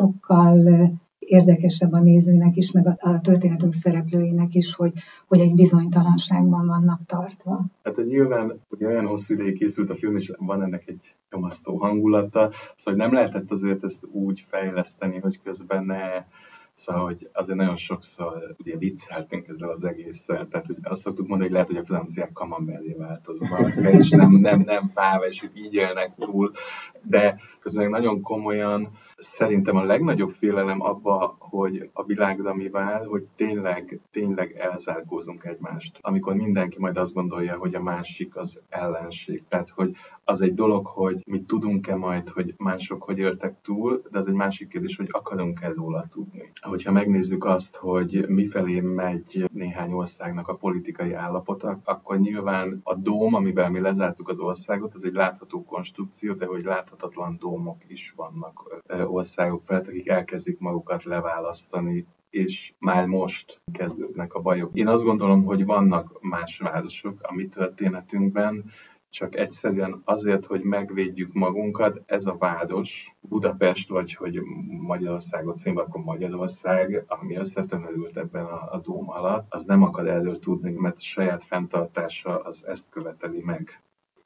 sokkal érdekesebb a nézőnek is, meg a történetünk szereplőinek is, hogy, hogy egy bizonytalanságban vannak tartva. Hát nyilván ugye olyan hosszú ideig készült a film, és van ennek egy nyomasztó hangulata, szóval nem lehetett azért ezt úgy fejleszteni, hogy közben ne, szóval hogy azért nagyon sokszor ugye vicceltünk ezzel az egésszel, tehát hogy azt szoktuk mondani, hogy lehet, hogy a franciák camembert változnak, és nem, nem, nem fáva, és így élnek túl, de közben nagyon komolyan szerintem a legnagyobb félelem abba, hogy a világra mi vár, hogy tényleg, tényleg elzárkózunk egymást. Amikor mindenki majd azt gondolja, hogy a másik az ellenség. Tehát, hogy az egy dolog, hogy mi tudunk-e majd, hogy mások hogy éltek túl, de az egy másik kérdés, hogy akarunk-e róla tudni. Hogyha megnézzük azt, hogy mifelé megy néhány országnak a politikai állapota, akkor nyilván a dóm, amivel mi lezártuk az országot, ez egy látható konstrukció, de hogy láthatatlan dómok is vannak országok felett, akik elkezdik magukat leválasztani, és már most kezdődnek a bajok. Én azt gondolom, hogy vannak más városok a mi történetünkben, csak egyszerűen azért, hogy megvédjük magunkat, ez a város, Budapest, vagy hogy Magyarországot színben, akkor Magyarország, ami összetömörült ebben a, a dóm alatt, az nem akar erről tudni, mert saját fenntartása az ezt követeli meg.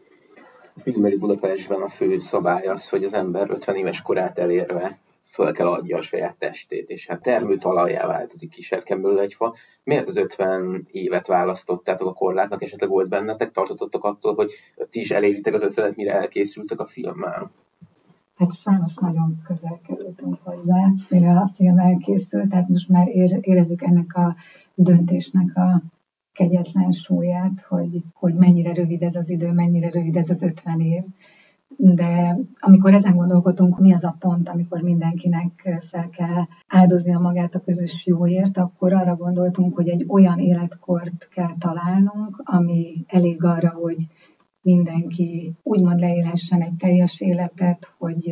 A filmbeli Budapestben a fő szabály az, hogy az ember ötven éves korát elérve föl kell adja a saját testét, és hát termőtalajjá változik, kiserken belőle egy fa. Miért az ötven évet választottátok a korlátnak? Esetleg volt bennetek, tartottok attól, hogy ti is eléritek az ötvenet, mire elkészültek a filmmel? Hát sajnos nagyon közel kerültünk hozzá, mire a film elkészült, tehát most már érezzük ennek a döntésnek a kegyetlen súlyát, hogy, hogy mennyire rövid ez az idő, mennyire rövid ez az ötven év. De amikor ezen gondolkodunk, mi az a pont, amikor mindenkinek fel kell áldoznia magát a közös jóért, akkor arra gondoltunk, hogy egy olyan életkort kell találnunk, ami elég arra, hogy mindenki úgymond leélhessen egy teljes életet, hogy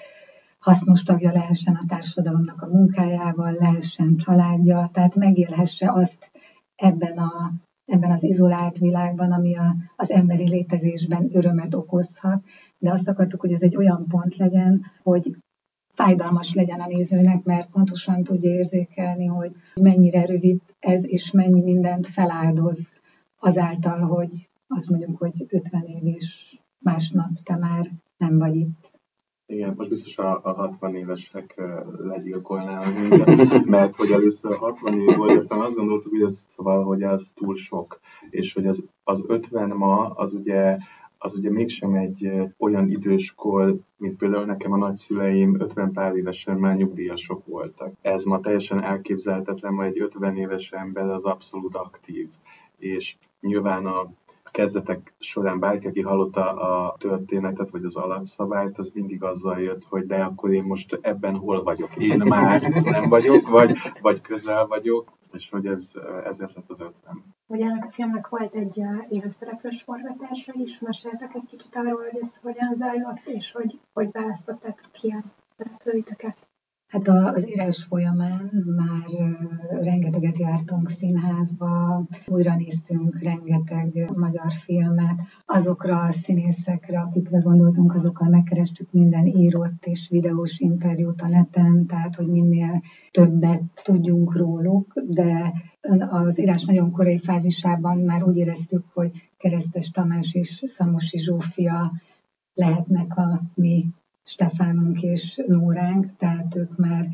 hasznos tagja lehessen a társadalomnak a munkájával, lehessen családja, tehát megélhesse azt ebben a ebben az izolált világban, ami a, az emberi létezésben örömet okozhat, de azt akartuk, hogy ez egy olyan pont legyen, hogy fájdalmas legyen a nézőnek, mert pontosan tudja érzékelni, hogy mennyire rövid ez, és mennyi mindent feláldoz azáltal, hogy azt mondjuk, hogy ötven év és másnap te már nem vagy itt. Igen, most biztos a, a hatvan évesek legyilkolnának minket, mert hogy először hatvan év volt, aztán azt gondoltuk, hogy ez, szóval, hogy ez túl sok, és hogy az, az ötven ma, az ugye, az ugye mégsem egy olyan időskor, mint például nekem a nagyszüleim ötven pár évesen már nyugdíjasok voltak. Ez ma teljesen elképzelhetetlen, ma egy ötven éves ember az abszolút aktív, és nyilván a kezdetek során bárki, aki hallotta a történetet, vagy az alapszabályt, az mindig azzal jött, hogy de akkor én most ebben hol vagyok. Én már nem vagyok, vagy, vagy közel vagyok, és hogy ez, ezért lett az ötven. Ugye ennek a filmnek volt egy élőszereplős forgatása is, meséltek egy kicsit arról, hogy ez hogyan zajlott, és hogy, hogy választottátok ki a szereplőiteket. Hát az írás folyamán már rengeteget jártunk színházba, újra néztünk rengeteg magyar filmet. Azokra a színészekre, akikre gondoltunk, azokkal megkerestük minden írott és videós interjút a neten, tehát hogy minél többet tudjunk róluk, de az írás nagyon korai fázisában már úgy éreztük, hogy Keresztes Tamás és Szamosi Zsófia lehetnek a mi Stefánunk és Nóránk, tehát ők már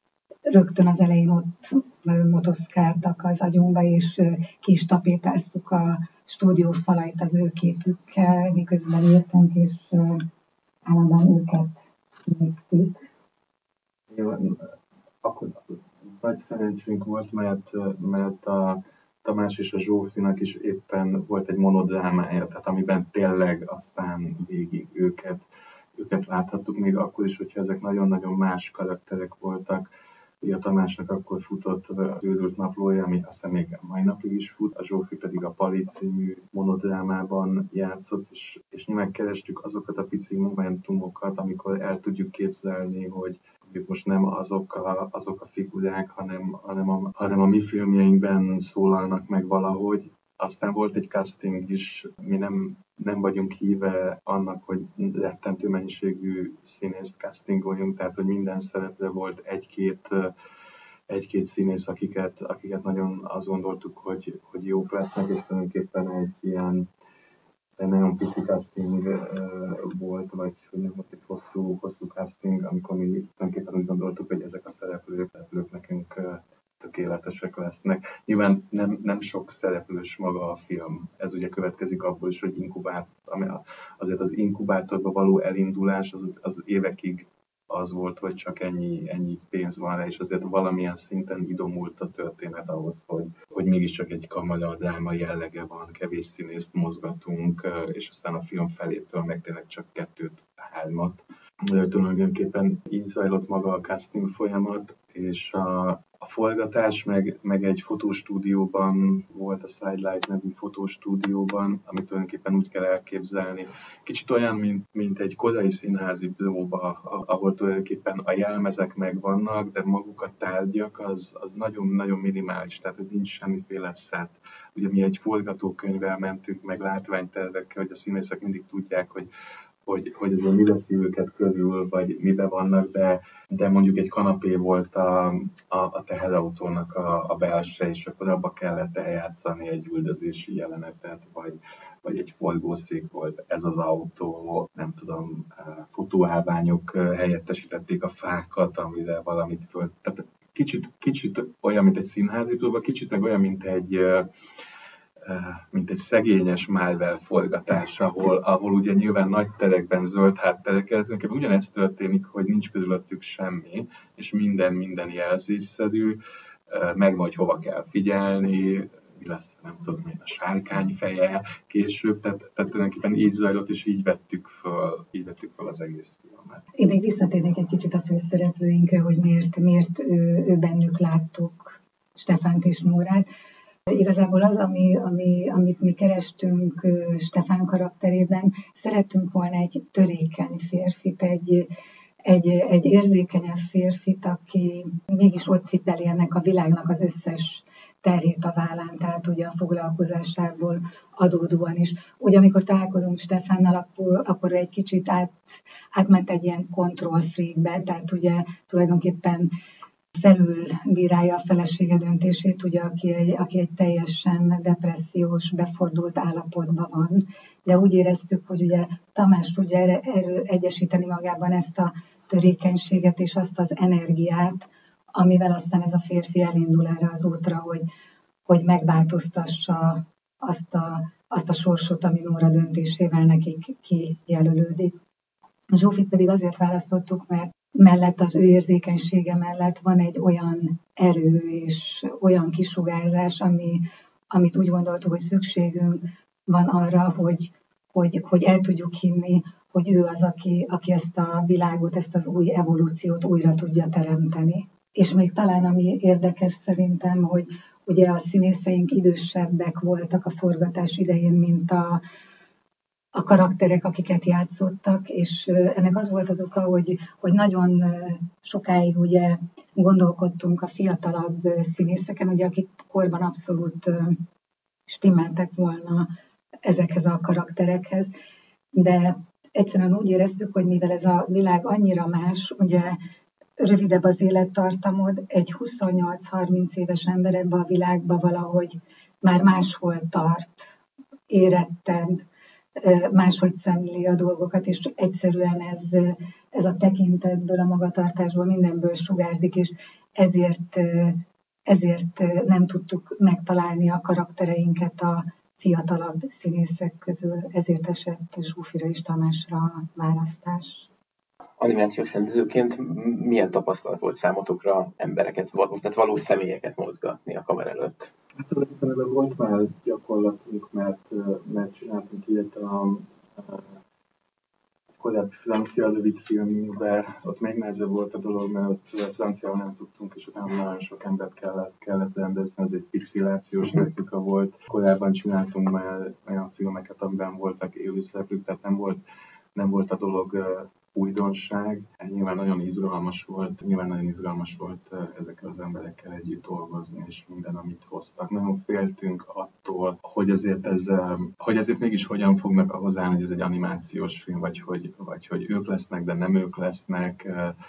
rögtön az elején ott motoszkáltak az agyunkba, és ki is tapétáztuk a stúdió falait az ő képükkel, miközben írtunk, és állandóan őket néztük. Jó, akkor nagy szerencsénk volt, mert, mert a Tamás és a Zsófinak is éppen volt egy monodrámája, tehát amiben tényleg aztán végig őket, őket láthattuk, még akkor is, hogyha ezek nagyon-nagyon más karakterek voltak. Ugye a Tamásnak akkor futott az Őrült naplója, ami aztán még a mai napig is fut, a Zsófi pedig a Pali című monodrámában játszott, és, és megkerestük azokat a pici momentumokat, amikor el tudjuk képzelni, hogy ők most nem azok a, azok a figurák, hanem, hanem, a, hanem a mi filmjeinkben szólalnak meg valahogy. Aztán volt egy casting is, mi nem, nem vagyunk híve annak, hogy rettentő mennyiségű színészt castingoljunk, tehát hogy minden szerepre volt egy-két, egy-két színész, akiket, akiket nagyon azt gondoltuk, hogy, hogy jók lesznek, és tulajdonképpen egy ilyen egy nagyon pici casting uh, volt, vagy hogy nem volt egy hosszú, hosszú casting, amikor mi tulajdonképpen úgy gondoltuk, hogy ezek a szereplők, szereplők nekünk uh, tökéletesek lesznek. Nyilván nem, nem sok szereplős maga a film. Ez ugye következik abból is, hogy inkubát, ami azért az inkubátorba való elindulás az, az évekig az volt, hogy csak ennyi, ennyi pénz van rá, és azért valamilyen szinten idomult a történet ahhoz, hogy, hogy mégiscsak egy kamara-dráma jellege van, kevés színészt mozgatunk, és aztán a film felétől meg tényleg csak kettőt, hármat. De tulajdonképpen így zajlott maga a casting folyamat, és a, a forgatás meg, meg egy fotóstúdióban volt, a Sidelight nevű fotóstúdióban, amit tulajdonképpen úgy kell elképzelni. Kicsit olyan, mint, mint egy korai színházi próba, ahol tulajdonképpen a jelmezek megvannak, de maguk a tárgyak az, az nagyon-nagyon minimális, tehát hogy nincs semmiféle szett. Ugye mi egy forgatókönyvvel mentünk, meg látványtervekkel, hogy a színészek mindig tudják, hogy hogy, hogy azért mi veszi őket körül, vagy mibe vannak, de, de mondjuk egy kanapé volt a, a, a teherautónak a, a belső, és akkor abba kellett eljátszani egy üldözési jelenetet, vagy, vagy egy forgószék volt ez az autó, nem tudom, futóállványok helyettesítették a fákat, amire valamit föl... Tehát kicsit, kicsit olyan, mint egy színházi próba, kicsit meg olyan, mint egy... mint egy szegényes Marvel forgatás, ahol, ahol ugye nyilván nagy terekben, zöld háttereket, ugyanezt történik, hogy nincs körülöttük semmi, és minden minden jelzésszerű, meg vagy hova kell figyelni, mi lesz, nem tudom én, a sárkány feje később, tehát, tehát tulajdonképpen így zajlott, és így vettük föl, így vettük föl az egész filmet. Én még visszatérnék egy kicsit a főszereplőinkre, hogy miért, miért ő, ő bennük láttuk Stefánt és Nórát. Igazából az, ami, ami, amit mi kerestünk Stefán karakterében, szerettünk volna egy törékeny férfit, egy, egy, egy érzékenyebb férfit, aki mégis ott cipeli ennek a világnak az összes terhét a vállán, tehát ugye a foglalkozásából adódóan is. Ugye amikor találkozunk Stefánnal, akkor, akkor egy kicsit át, átment egy ilyen control freakbe, tehát ugye tulajdonképpen felül bírálja a felesége döntését, ugye, aki egy, aki egy teljesen depressziós, befordult állapotban van. De úgy éreztük, hogy ugye Tamás tudja erő, erő egyesíteni magában ezt a törékenységet és azt az energiát, amivel aztán ez a férfi elindul erre az útra, hogy, hogy megváltoztassa azt a, azt a sorsot, ami Nóra döntésével nekik kijelölődik. Zsófit pedig azért választottuk, mert mellett, az ő érzékenysége mellett van egy olyan erő és olyan kisugárzás, ami, amit úgy gondoltuk, hogy szükségünk van arra, hogy, hogy, hogy el tudjuk hinni, hogy ő az, aki, aki ezt a világot, ezt az új evolúciót újra tudja teremteni. És még talán ami érdekes szerintem, hogy ugye a színészeink idősebbek voltak a forgatás idején, mint a a karakterek, akiket játszottak, és ennek az volt az oka, hogy, hogy nagyon sokáig ugye gondolkodtunk a fiatalabb színészeken, ugye, akik korban abszolút stimmeltek volna ezekhez a karakterekhez, de egyszerűen úgy éreztük, hogy mivel ez a világ annyira más, ugye rövidebb az élettartamod, egy huszonnyolc-harminc éves ember ebbe a világba valahogy már máshol tart, érettebb, máshogy szemléli a dolgokat, és egyszerűen ez, ez a tekintetből, a magatartásból, mindenből sugárzik, és ezért, ezért nem tudtuk megtalálni a karaktereinket a fiatalabb színészek közül, ezért esett Zsófira és Tamásra a választás. Animációs rendezőként milyen tapasztalat volt számotokra embereket, tehát valós személyeket mozgatni a kamera előtt? Hát tulajdonképpen volt már gyakorlatunk, mert, mert csináltunk ilyet a, a korábbi francia rövidfilmünkben. Ott még nehezebb volt a dolog, mert ott franciául nem tudtunk, és utána nagyon sok embert kellett, kellett rendezni, ez egy pixilációs technika volt. Korábban csináltunk már olyan filmeket, amiben voltak élőszereplők, tehát nem volt, nem volt a dolog újdonság. Nyilván nagyon izgalmas volt, nyilván nagyon izgalmas volt ezekkel az emberekkel együtt dolgozni, és minden, amit hoztak. Nagyon féltünk attól, hogy azért, ez, hogy azért mégis hogyan fognak ahhoz állni, hogy ez egy animációs film, vagy hogy, vagy hogy ők lesznek, de nem ők lesznek,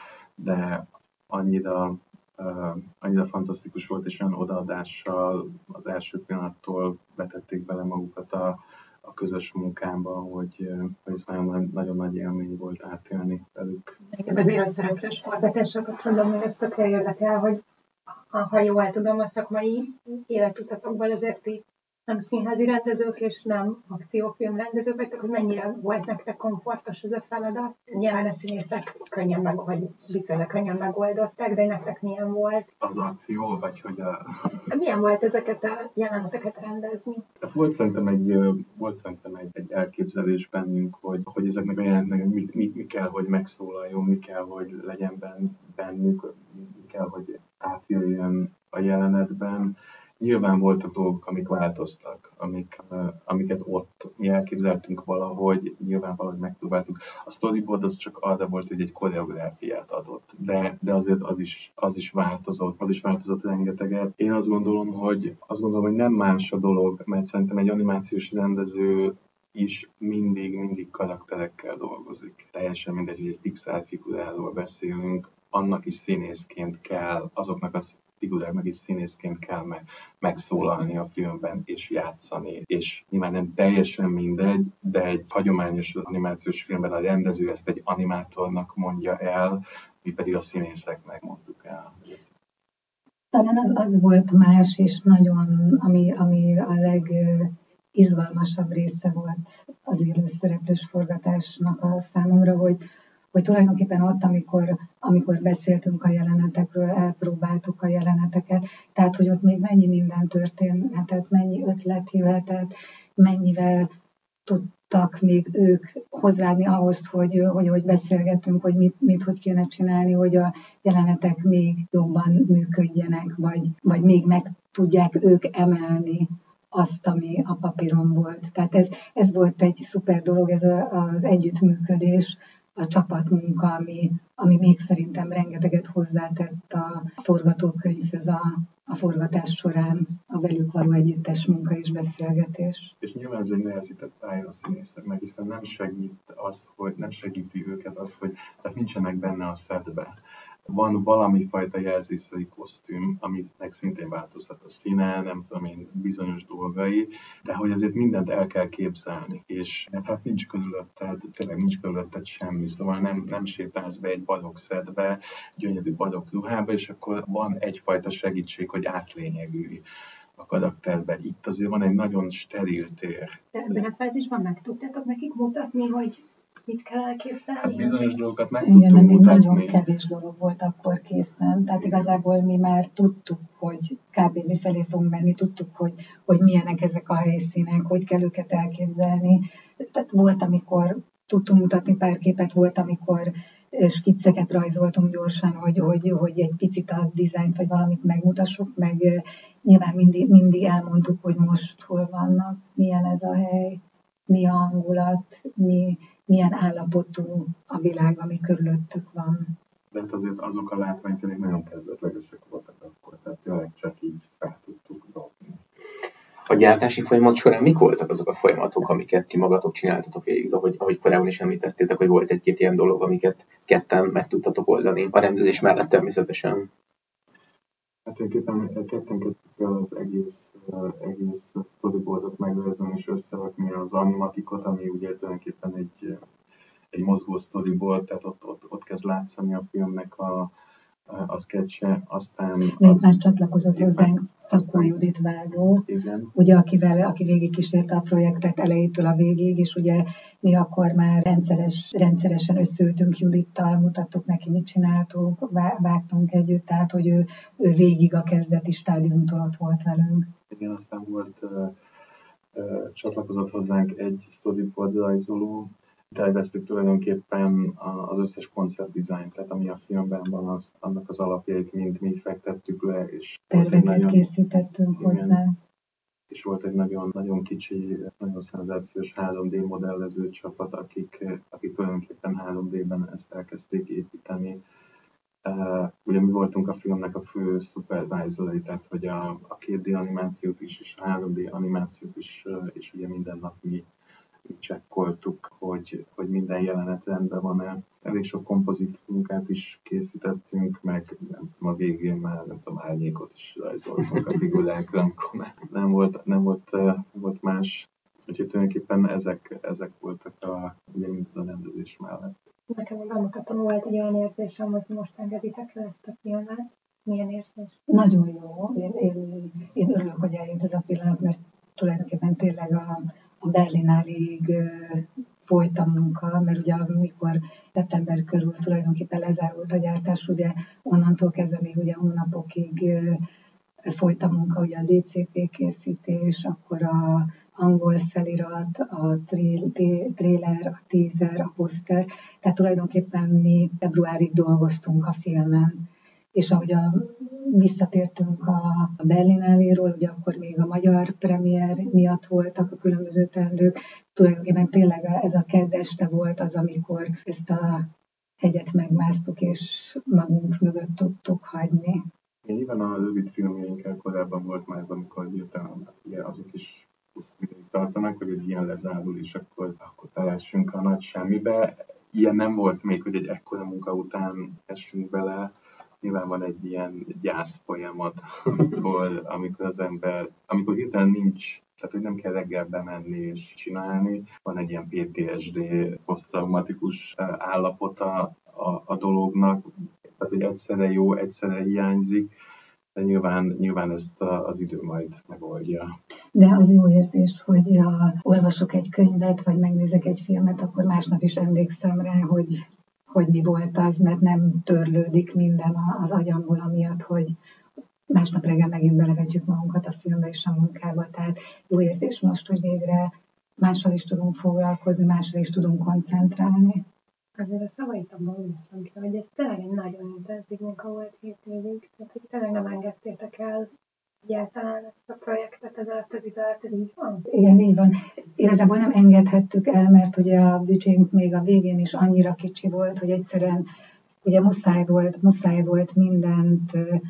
de annyira, annyira fantasztikus volt, és olyan odaadással az első pillanattól betették bele magukat a a közös munkámba, hogy, hogy ez nagyon, nagyon nagy élmény volt átélni velük. Nekem az élőszereplős forgatással kapcsolatban még ezt tökre érdekel, hogy ha jól tudom, a szakmai életutatokból azért így nem színházi rendezők és nem akciófilm rendezők vagytok, hogy mennyire volt nektek komfortos ez a feladat. Nyilván a színészek könnyen meg, vagy viszonylag könnyen megoldották, de nektek milyen volt? Az akció, vagy hogy a... Milyen volt ezeket a jeleneteket rendezni? Volt szerintem egy, volt szerintem egy, egy elképzelés bennünk, hogy, hogy ezeknek a jelenetnek mi, mi, mi kell, hogy megszólaljon, mi kell, hogy legyen bennük, mi kell, hogy átjöjjön a jelenetben. Nyilván voltak dolgok, amik változtak, amik, amiket ott mi elképzeltünk valahogy, nyilván valahogy megpróbáltuk. A storyboard az csak arra volt, hogy egy koreográfiát adott, de, de azért az is, az is változott, az is változott rengeteget. Én azt gondolom, hogy, azt gondolom, hogy nem más a dolog, mert szerintem egy animációs rendező is mindig, mindig karakterekkel dolgozik. Teljesen mindegy, hogy egy pixel figuráról beszélünk, annak is színészként kell, azoknak a figuráknak is színészként kell meg, megszólalni a filmben és játszani. És nyilván nem teljesen mindegy, de egy hagyományos animációs filmben a rendező ezt egy animátornak mondja el, mi pedig a színészeknek mondtuk el. Talán az, az volt más, és nagyon, ami, ami a legizgalmasabb része volt az élőszereplős forgatásnak a számomra, hogy hogy tulajdonképpen ott, amikor, amikor beszéltünk a jelenetekről, elpróbáltuk a jeleneteket, tehát, hogy ott még mennyi minden történhetett, mennyi ötlet jöhetett, mennyivel tudtak még ők hozzáadni ahhoz, hogy, hogy, hogy beszélgettünk, hogy mit, mit hogy kéne csinálni, hogy a jelenetek még jobban működjenek, vagy, vagy még meg tudják ők emelni azt, ami a papíron volt. Tehát ez, ez volt egy szuper dolog, ez a, az együttműködés, a csapatmunka, ami, ami még szerintem rengeteget hozzátett a forgatókönyvhöz a, a forgatás során, a velük való együttes munka és beszélgetés. És nyilván ez egy nehezített pálya a színészeknek, hiszen nem segít az, hogy nem segíti őket az, hogy tehát nincsenek benne a szedbe. Van valami fajta jelzésszerű kosztüm, aminek szintén változhat a színe, nem tudom én, bizonyos dolgai, de hogy azért mindent el kell képzelni, és hát nincs körülötted, tényleg nincs körülötted semmi, szóval nem, nem sétálsz be egy barokk szedbe, gyönyörű barokk ruhába, és akkor van egyfajta segítség, hogy átlényegülj a karakterben. Itt azért van egy nagyon steril tér. De ebben a fázisban meg tudtátok nekik mutatni, hogy mit kell elképzelni? Hát bizonyos dolgokat meg Igen, tudtunk mutatni. Nagyon kevés dolog volt akkor készen. Tehát igazából mi már tudtuk, hogy kb. Mifelé fogunk menni, tudtuk, hogy, hogy milyenek ezek a helyszínek, hogy kell őket elképzelni. Tehát volt, amikor tudtunk mutatni pár képet, volt, amikor skicceket rajzoltunk gyorsan, hogy, hogy, hogy egy picit a dizájnt vagy valamit megmutassuk, meg nyilván mindig, mindig elmondtuk, hogy most hol vannak, milyen ez a hely, mi a hangulat, mi, milyen állapotú a világ, ami körülöttük van. De hát azért azok a látványtények nagyon kezdetlegesek voltak akkor, tehát tényleg csak így fel tudtuk dobni. A gyártási folyamat során mik voltak azok a folyamatok, amiket ti magatok csináltatok végig, ahogy, ahogy korábban is említettétek, hogy volt egy-két ilyen dolog, amiket ketten meg tudtatok oldani, a rendezés mellett természetesen? Hát tulajdonképpen ketten kezdtük el az egész, egész storyboardot megőrizni és összerakni az animatikot, ami ugye tulajdonképpen egy, egy mozgó storyboard, tehát ott, ott, ott kezd látszani a filmnek a, a, a sketche, aztán... De itt az, már csatlakozott itt hozzánk már- Szabó Judit vágó, Igen. ugye akivel, aki végigkísérte a projektet elejétől a végig, és ugye mi akkor már rendszeres, rendszeresen összeültünk Judittal, mutattuk neki, mit csináltunk, vá- vágtunk együtt, tehát hogy ő, ő végig a kezdeti stádiumtól ott volt velünk. Igen, aztán volt, uh, uh, csatlakozott hozzánk egy storyboard rajzoló. Terveztük tulajdonképpen a- az összes konceptdizájnt, tehát ami a filmben van, az, annak az alapjait mind mi fektettük le, és volt egy Terveket nagyon, készítettünk igen, hozzá. és volt egy nagyon, nagyon kicsi, nagyon szenzációs három dé modellező csapat, akik, akik tulajdonképpen három dében ezt elkezdték építeni. Uh, ugye mi voltunk a filmnek a fő supervisorai, tehát hogy a, a két dé animációt is, és a három dé animációt is, uh, és ugye minden nap mi, mi csekkoltuk, hogy, hogy minden jelenet rendben van-e. Elég sok kompozit munkát is készítettünk, meg nem tudom, a végén már nem tudom, árnyékot is rajzoltunk a figurákra, amikor már nem volt, nem volt, uh, volt más. Úgyhogy tulajdonképpen ezek, ezek voltak a, ugye mind a rendezés mellett. Nekem a bemutatón volt egy olyan érzésem, hogy most engeditek le ezt a filmet. Milyen érzés? Nagyon jó. Én, én, én örülök, hogy eljött ez a pillanat, mert tulajdonképpen tényleg a, a Berlinálig folyt a munka, mert ugye amikor szeptember körül tulajdonképpen lezárult a gyártás, ugye onnantól kezdve még ugye hónapokig folyt a munka, ugye a dé cé pé készítés, akkor a angol felirat, a trailer, a teaser, a poszter, tehát tulajdonképpen mi februárig dolgoztunk a filmen. És ahogy a, visszatértünk a, a Berlináléről, ugye akkor még a magyar premier miatt voltak a különböző teendők, tulajdonképpen tényleg ez a kedd este volt az, amikor ezt a hegyet megmásztuk, és magunk mögött tudtuk hagyni. Nyilván a rövid filmjeinkkel korábban volt már ez, amikor hirtelen, ugye azok is hosszú ideig tartanak, hogy egy ilyen lezárul, és akkor, akkor találsunk a nagy semmibe. Ilyen nem volt még, hogy egy ekkora munka után essünk bele. Nyilván van egy ilyen gyász folyamat, amikor, amikor az ember, amikor hirtelen nincs, tehát hogy nem kell reggel bemenni és csinálni, van egy ilyen pé té es dé, poszttraumatikus állapota a, a dolognak, tehát hogy egyszerre jó, egyszerre hiányzik, de nyilván, nyilván ezt a, az idő majd megoldja. De az jó érzés, hogy ha olvasok egy könyvet, vagy megnézek egy filmet, akkor másnap is emlékszem rá, hogy, hogy mi volt az, mert nem törlődik minden az agyamból, amiatt, hogy másnap reggel megint belevetjük magunkat a filmbe és a munkába. Tehát jó érzés most, hogy végre mással is tudunk foglalkozni, mással is tudunk koncentrálni. Azért a szavait abban viszem ki, hogy ez tényleg egy nagyon intenzív munka volt hét évig, tehát hogy tényleg nem engedtétek el egyáltalán ezt a projektet ez alatt az idő alatt, ez így van? Igen, így van. Igazából nem engedhettük el, mert ugye a büdzsénk még a végén is annyira kicsi volt, hogy egyszerűen ugye muszáj volt, muszáj volt mindent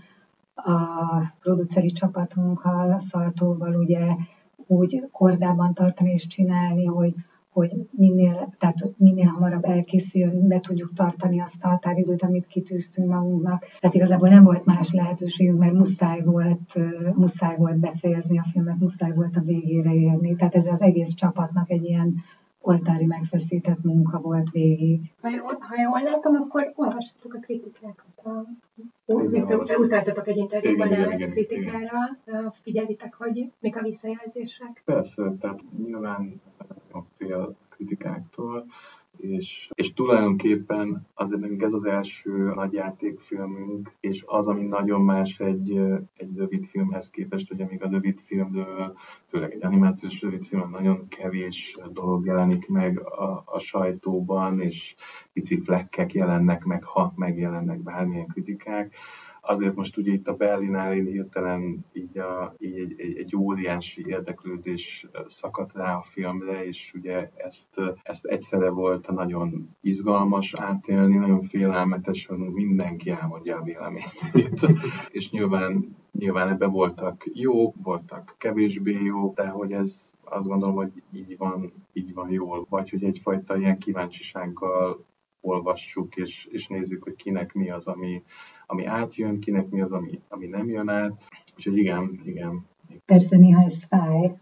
a produceri csapatunkkal, a Szaltóval ugye úgy kordában tartani és csinálni, hogy hogy minél, tehát minél hamarabb elkészüljön, be tudjuk tartani azt a határidőt, amit kitűztünk magunknak. Tehát igazából nem volt más lehetőségünk, mert muszáj volt, muszáj volt befejezni a filmet, muszáj volt a végére érni. Tehát ez az egész csapatnak egy ilyen oltári megfeszített munka volt végig. Ha jól, ha jól látom, akkor olvassatok a kritikákat. Visszautaltatok egy interjúban a kritikára, figyelitek, hogy mik a visszajelzések? Persze, tehát nyilván nagyon fél kritikáktól, és, és tulajdonképpen azért nekünk ez az első nagy játékfilmünk, és az, ami nagyon más egy, egy rövid filmhez képest, hogy amíg a rövid filmről, főleg egy animációs rövid film, nagyon kevés dolog jelenik meg a, a sajtóban, és pici flekkek jelennek meg, ha megjelennek bármilyen kritikák. Azért most ugye itt a Berlinálén hirtelen így, a, így egy, egy, egy óriási érdeklődés szakadt rá a filmre, és ugye ezt, ezt egyszerre volt nagyon izgalmas átélni, nagyon félelmetes, hogy mindenki elmondja a véleményét. És nyilván, nyilván ebben voltak jók, voltak kevésbé jók, de hogy ez azt gondolom, hogy így van, így van jól. Vagy hogy egyfajta ilyen kíváncsisággal olvassuk, és, és nézzük, hogy kinek mi az, ami, ami átjön, kinek mi az, ami, ami nem jön át. Úgyhogy igen, igen. Persze néha ez fáj,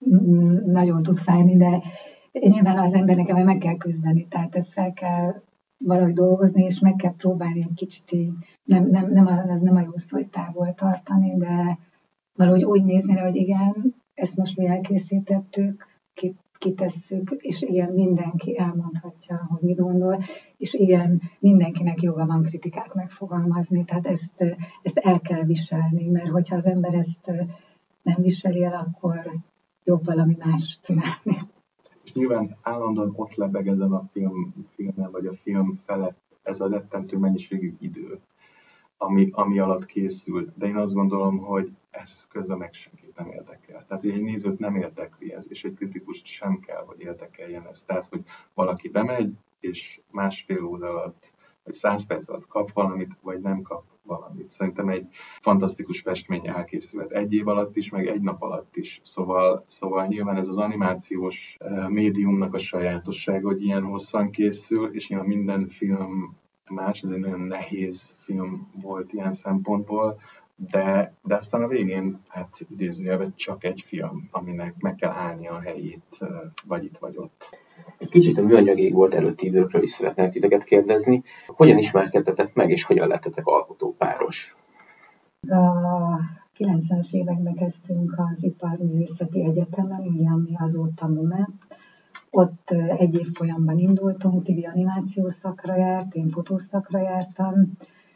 nagyon tud fájni, de nyilván az embernek ebben meg kell küzdeni, tehát ezt fel kell, valahogy dolgozni, és meg kell próbálni egy kicsit így, nem, nem, nem, ez nem a jó szó, hogy távol tartani, de valahogy úgy nézni rá, hogy igen, ezt most mi elkészítettük, kitesszük, és igen, mindenki elmondhatja, hogy mit gondol, és igen, mindenkinek joga van kritikát megfogalmazni, tehát ezt, ezt el kell viselni, mert hogyha az ember ezt nem viseli el, akkor jobb valami más csinálni. És nyilván állandóan ott lebeg ezen a film, filmen, vagy a film felett ez a rettentő mennyiségű idő, ami, ami alatt készül. De én azt gondolom, hogy ez közben meg senkit nem érdekel. Tehát egy nézőt nem érdekli ez, és egy kritikust sem kell, hogy érdekeljen ez. Tehát, hogy valaki bemegy, és másfél óra alatt, vagy száz perc alatt kap valamit, vagy nem kap valamit. Szerintem egy fantasztikus festmény elkészülhet egy év alatt is, meg egy nap alatt is. Szóval, szóval nyilván ez az animációs médiumnak a sajátossága, hogy ilyen hosszan készül, és nyilván minden film más, ez egy nagyon nehéz film volt ilyen szempontból, de, de aztán a végén, hát idézőjelben csak egy film, aminek meg kell állnia a helyét, vagy itt, vagy ott. Egy kicsit a műanyag ég volt előtti időkről is szeretnék titeket kérdezni. Hogyan ismerkedtetek meg, és hogyan lettetek alkotópáros? A kilencvenes években kezdtünk az Iparművészeti Egyetemen, ugye, ami azóta MUME. Ott egy év folyamban indultunk, Tibi animációs szakra járt, én fotószakra jártam,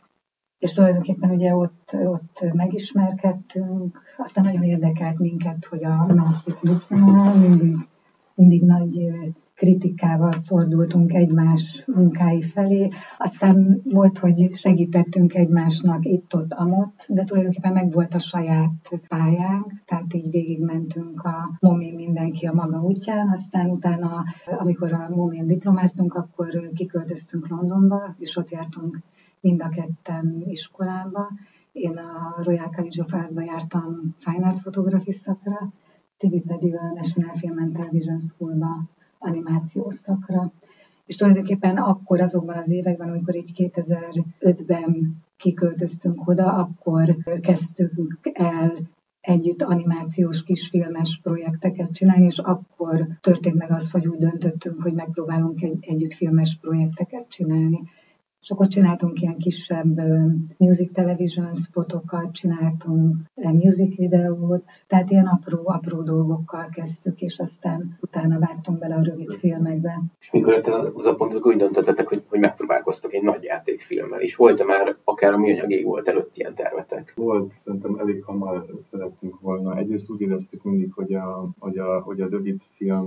és tulajdonképpen ugye ott, ott megismerkedtünk, aztán nagyon érdekelt minket, hogy a másik mit csinál, mindig, mindig nagy kritikával fordultunk egymás munkái felé, aztán volt, hogy segítettünk egymásnak itt-ott, amott, de tulajdonképpen meg volt a saját pályánk, tehát így végigmentünk a MOMÉn mindenki a maga útján, aztán utána, amikor a MOMÉn diplomáztunk, akkor kiköltöztünk Londonba, és ott jártunk mind a ketten iskolába. Én a Royal College of Art-ba jártam Fine Art Photography szakra, Tibi pedig a National Film and Television School-ba animációs szakra. És tulajdonképpen akkor, azokban az években, amikor így kétezer-ötben kiköltöztünk oda, akkor kezdtünk el együtt animációs kisfilmes projekteket csinálni, és akkor történt meg az, hogy úgy döntöttünk, hogy megpróbálunk egy, együtt filmes projekteket csinálni. És akkor csináltunk ilyen kisebb music television spotokat, csináltunk music videót, tehát ilyen apró, apró dolgokkal kezdtük, és aztán utána vágtunk bele a rövid filmekbe. És mikor jött el az a pont, hogy úgy döntöttetek, hogy, hogy megpróbálkoztok egy nagy játékfilmmel, és volt-e már akár a műanyag ég volt előtt ilyen tervetek? Volt, szerintem elég hamar szerettünk volna. Egyrészt úgy éreztük mindig, hogy a, hogy a, hogy a rövid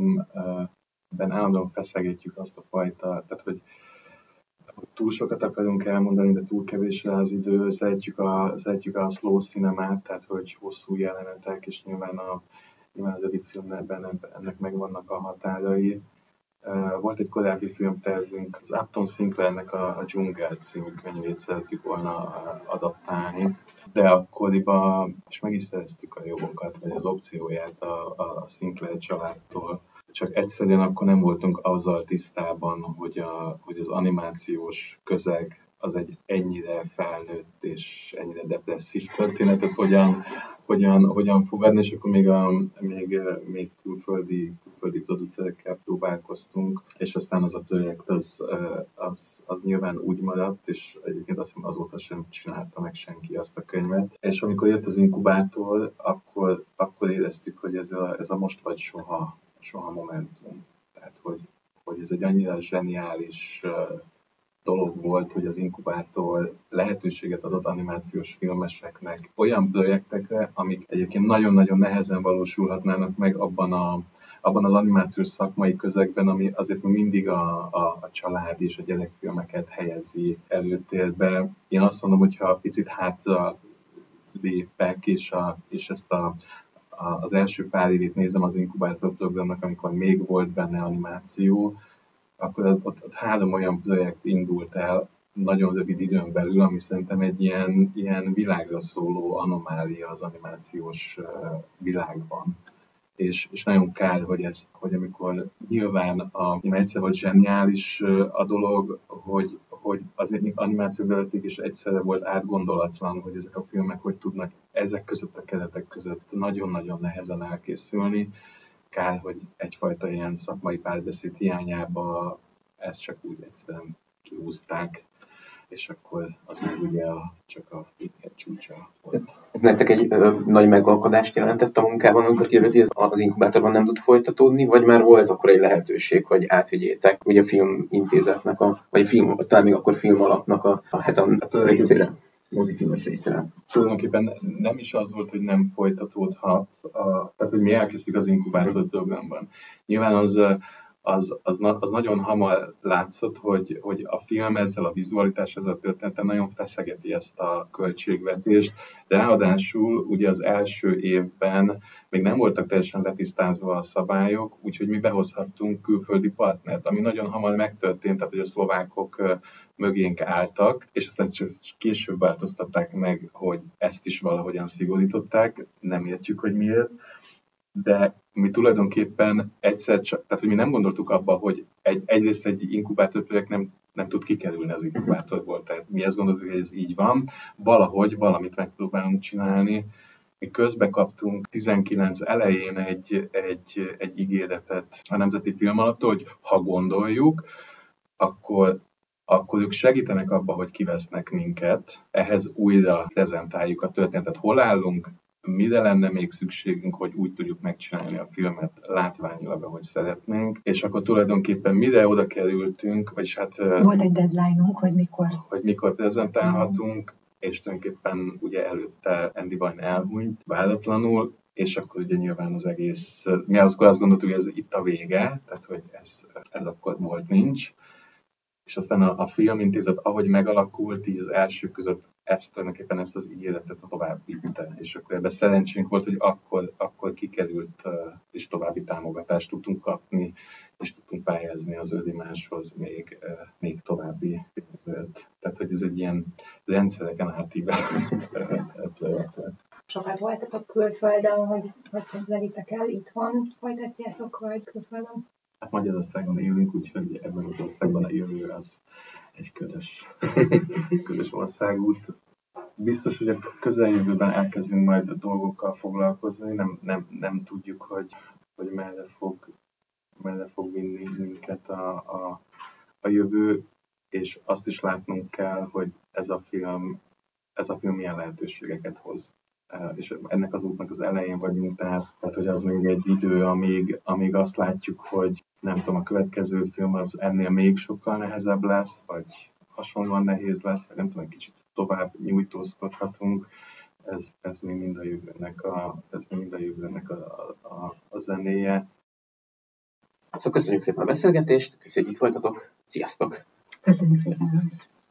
filmben állandóan feszegetjük azt a fajta, tehát hogy hogy túl sokat akarunk elmondani, de túl kevés rá az idő, szeretjük a, szeretjük a slow cinemát, tehát hogy hosszú jelenetek, és nyilván a, nyilván a rövid filmben ennek megvannak a határai. Volt egy korábbi filmtervünk, az Upton Sinclairnek a, a Dzsungel című könyvét szerettük volna adaptálni, de akkoriban, és meg is szereztük a jogokat, vagy az opcióját a, a Sinclair családtól, csak egyszerűen akkor nem voltunk azzal tisztában, hogy, a, hogy az animációs közeg az egy ennyire felnőtt és ennyire depresszív történetet hogyan, hogyan, hogyan fogadni, és akkor még, a, még, még külföldi, külföldi producerekkel próbálkoztunk, és aztán az a projekt az, az, az nyilván úgy maradt, és egyébként azt hiszem azóta sem csinálta meg senki azt a könyvet. És amikor jött az inkubátor, akkor, akkor éreztük, hogy ez a, ez a most vagy soha, soha momentum. Tehát, hogy, hogy ez egy annyira zseniális dolog volt, hogy az inkubátor lehetőséget adott animációs filmeseknek olyan projektekre, amik egyébként nagyon-nagyon nehezen valósulhatnának meg abban, a, abban az animációs szakmai közegben, ami azért mindig a, a, a család és a gyerekfilmeket helyezi előtérbe. Én azt mondom, hogyha picit hátra lépek, és, a, és ezt a, a, az első pár évét nézem az inkubátor programnak, amikor még volt benne animáció, akkor ott, ott három olyan projekt indult el nagyon rövid időn belül, ami szerintem egy ilyen, ilyen világra szóló anomália az animációs világban. És, és nagyon kár, hogy, ezt, hogy amikor nyilván a, egyszer volt zseniális a dolog, hogy, hogy az animáció vezeték is egyszerre volt átgondolatlan, hogy ezek a filmek hogy tudnak ezek között a keretek között nagyon-nagyon nehezen elkészülni. Kár, hogy egyfajta ilyen szakmai párbeszéd hiányába ez csak úgy egyszerűen kihúzták, és akkor az meg ugye a, csak a csúcsa volt. Ez nektek egy ö, nagy megakadást jelentett a munkában, amikor kiderült, hogy az, az inkubátorban nem tud folytatódni, vagy már volt akkor egy lehetőség, hogy átvigyétek, ugye a filmintézetnek, a, vagy a film, talán még akkor film alapnak a, a hetan részére, mozifilmes részére. Tulajdonképpen nem is az volt, hogy nem folytatódhat, a, tehát hogy mi elkezdtük az inkubátor programban. Nyilván az Az, az, az nagyon hamar látszott, hogy, hogy a film ezzel a vizualitás, ezzel a történettel nagyon feszegeti ezt a költségvetést, de ráadásul ugye az első évben még nem voltak teljesen letisztázva a szabályok, úgyhogy mi behozhattunk külföldi partnert, ami nagyon hamar megtörtént, tehát hogy a szlovákok mögénk álltak, és aztán csak később változtatták meg, hogy ezt is valahogyan szigorították, nem értjük, hogy miért. De mi tulajdonképpen egyszer csak, tehát hogy mi nem gondoltuk abba, hogy egy, egyrészt egy inkubátorprojekt nem, nem tud kikerülni az inkubátorból, tehát mi ezt gondoltuk, hogy ez így van, valahogy valamit megpróbálunk csinálni. Mi közbe kaptunk tizenkilenc elején egy, egy, egy ígéretet a Nemzeti Filmalaptól, hogy ha gondoljuk, akkor akkor ők segítenek abba, hogy kivesznek minket, ehhez újra prezentáljuk a történetet, hol állunk, mire lenne még szükségünk, hogy úgy tudjuk megcsinálni a filmet látványilag, ahogy szeretnénk, és akkor tulajdonképpen mire oda kerültünk, vagyis hát... Volt egy deadline-unk, hogy mikor... Hogy mikor prezentálhatunk, és tulajdonképpen ugye előtte Andy Vine elhunyt váratlanul, és akkor ugye nyilván az egész... Mi azt, azt gondoltuk, hogy ez itt a vége, tehát hogy ez, ez akkor volt nincs. És aztán a, a filmintézet, ahogy megalakult, így az első között ezt tulajdonképpen ezt az ígéretet tovább vitte. És akkor ebben szerencsénk volt, hogy akkor, akkor kikerült, és további támogatást tudtunk kapni, és tudtunk pályázni az Ödimáshoz még, még további pénzért. Tehát, hogy ez egy ilyen rendszereken átívelő projekt. Sokat voltatok külföldön, hogy, hogy képzelitek el, itthon folytatjátok, vagy külföldön? Hát Magyarországon élünk, úgyhogy ebben az országban a jövő az egy közös, közös országút. Biztos, hogy a közeljövőben elkezdünk majd a dolgokkal foglalkozni, nem, nem, nem tudjuk, hogy, hogy merre, fog, merre fog vinni minket a, a, a jövő, és azt is látnunk kell, hogy ez a film, ez a film milyen lehetőségeket hoz. És ennek az útnak az elején vagyunk, tehát, tehát hogy az még egy idő, amíg, amíg azt látjuk, hogy nem tudom, a következő film az ennél még sokkal nehezebb lesz, vagy hasonlóan nehéz lesz, vagy nem tudom, egy kicsit tovább nyújtózkodhatunk. Ez, ez még mind a jövőnek a, ez még mind a, jövőnek a, a, a zenéje. Szóval köszönjük szépen a beszélgetést, köszönjük, hogy itt voltatok. Sziasztok! Köszönjük szépen!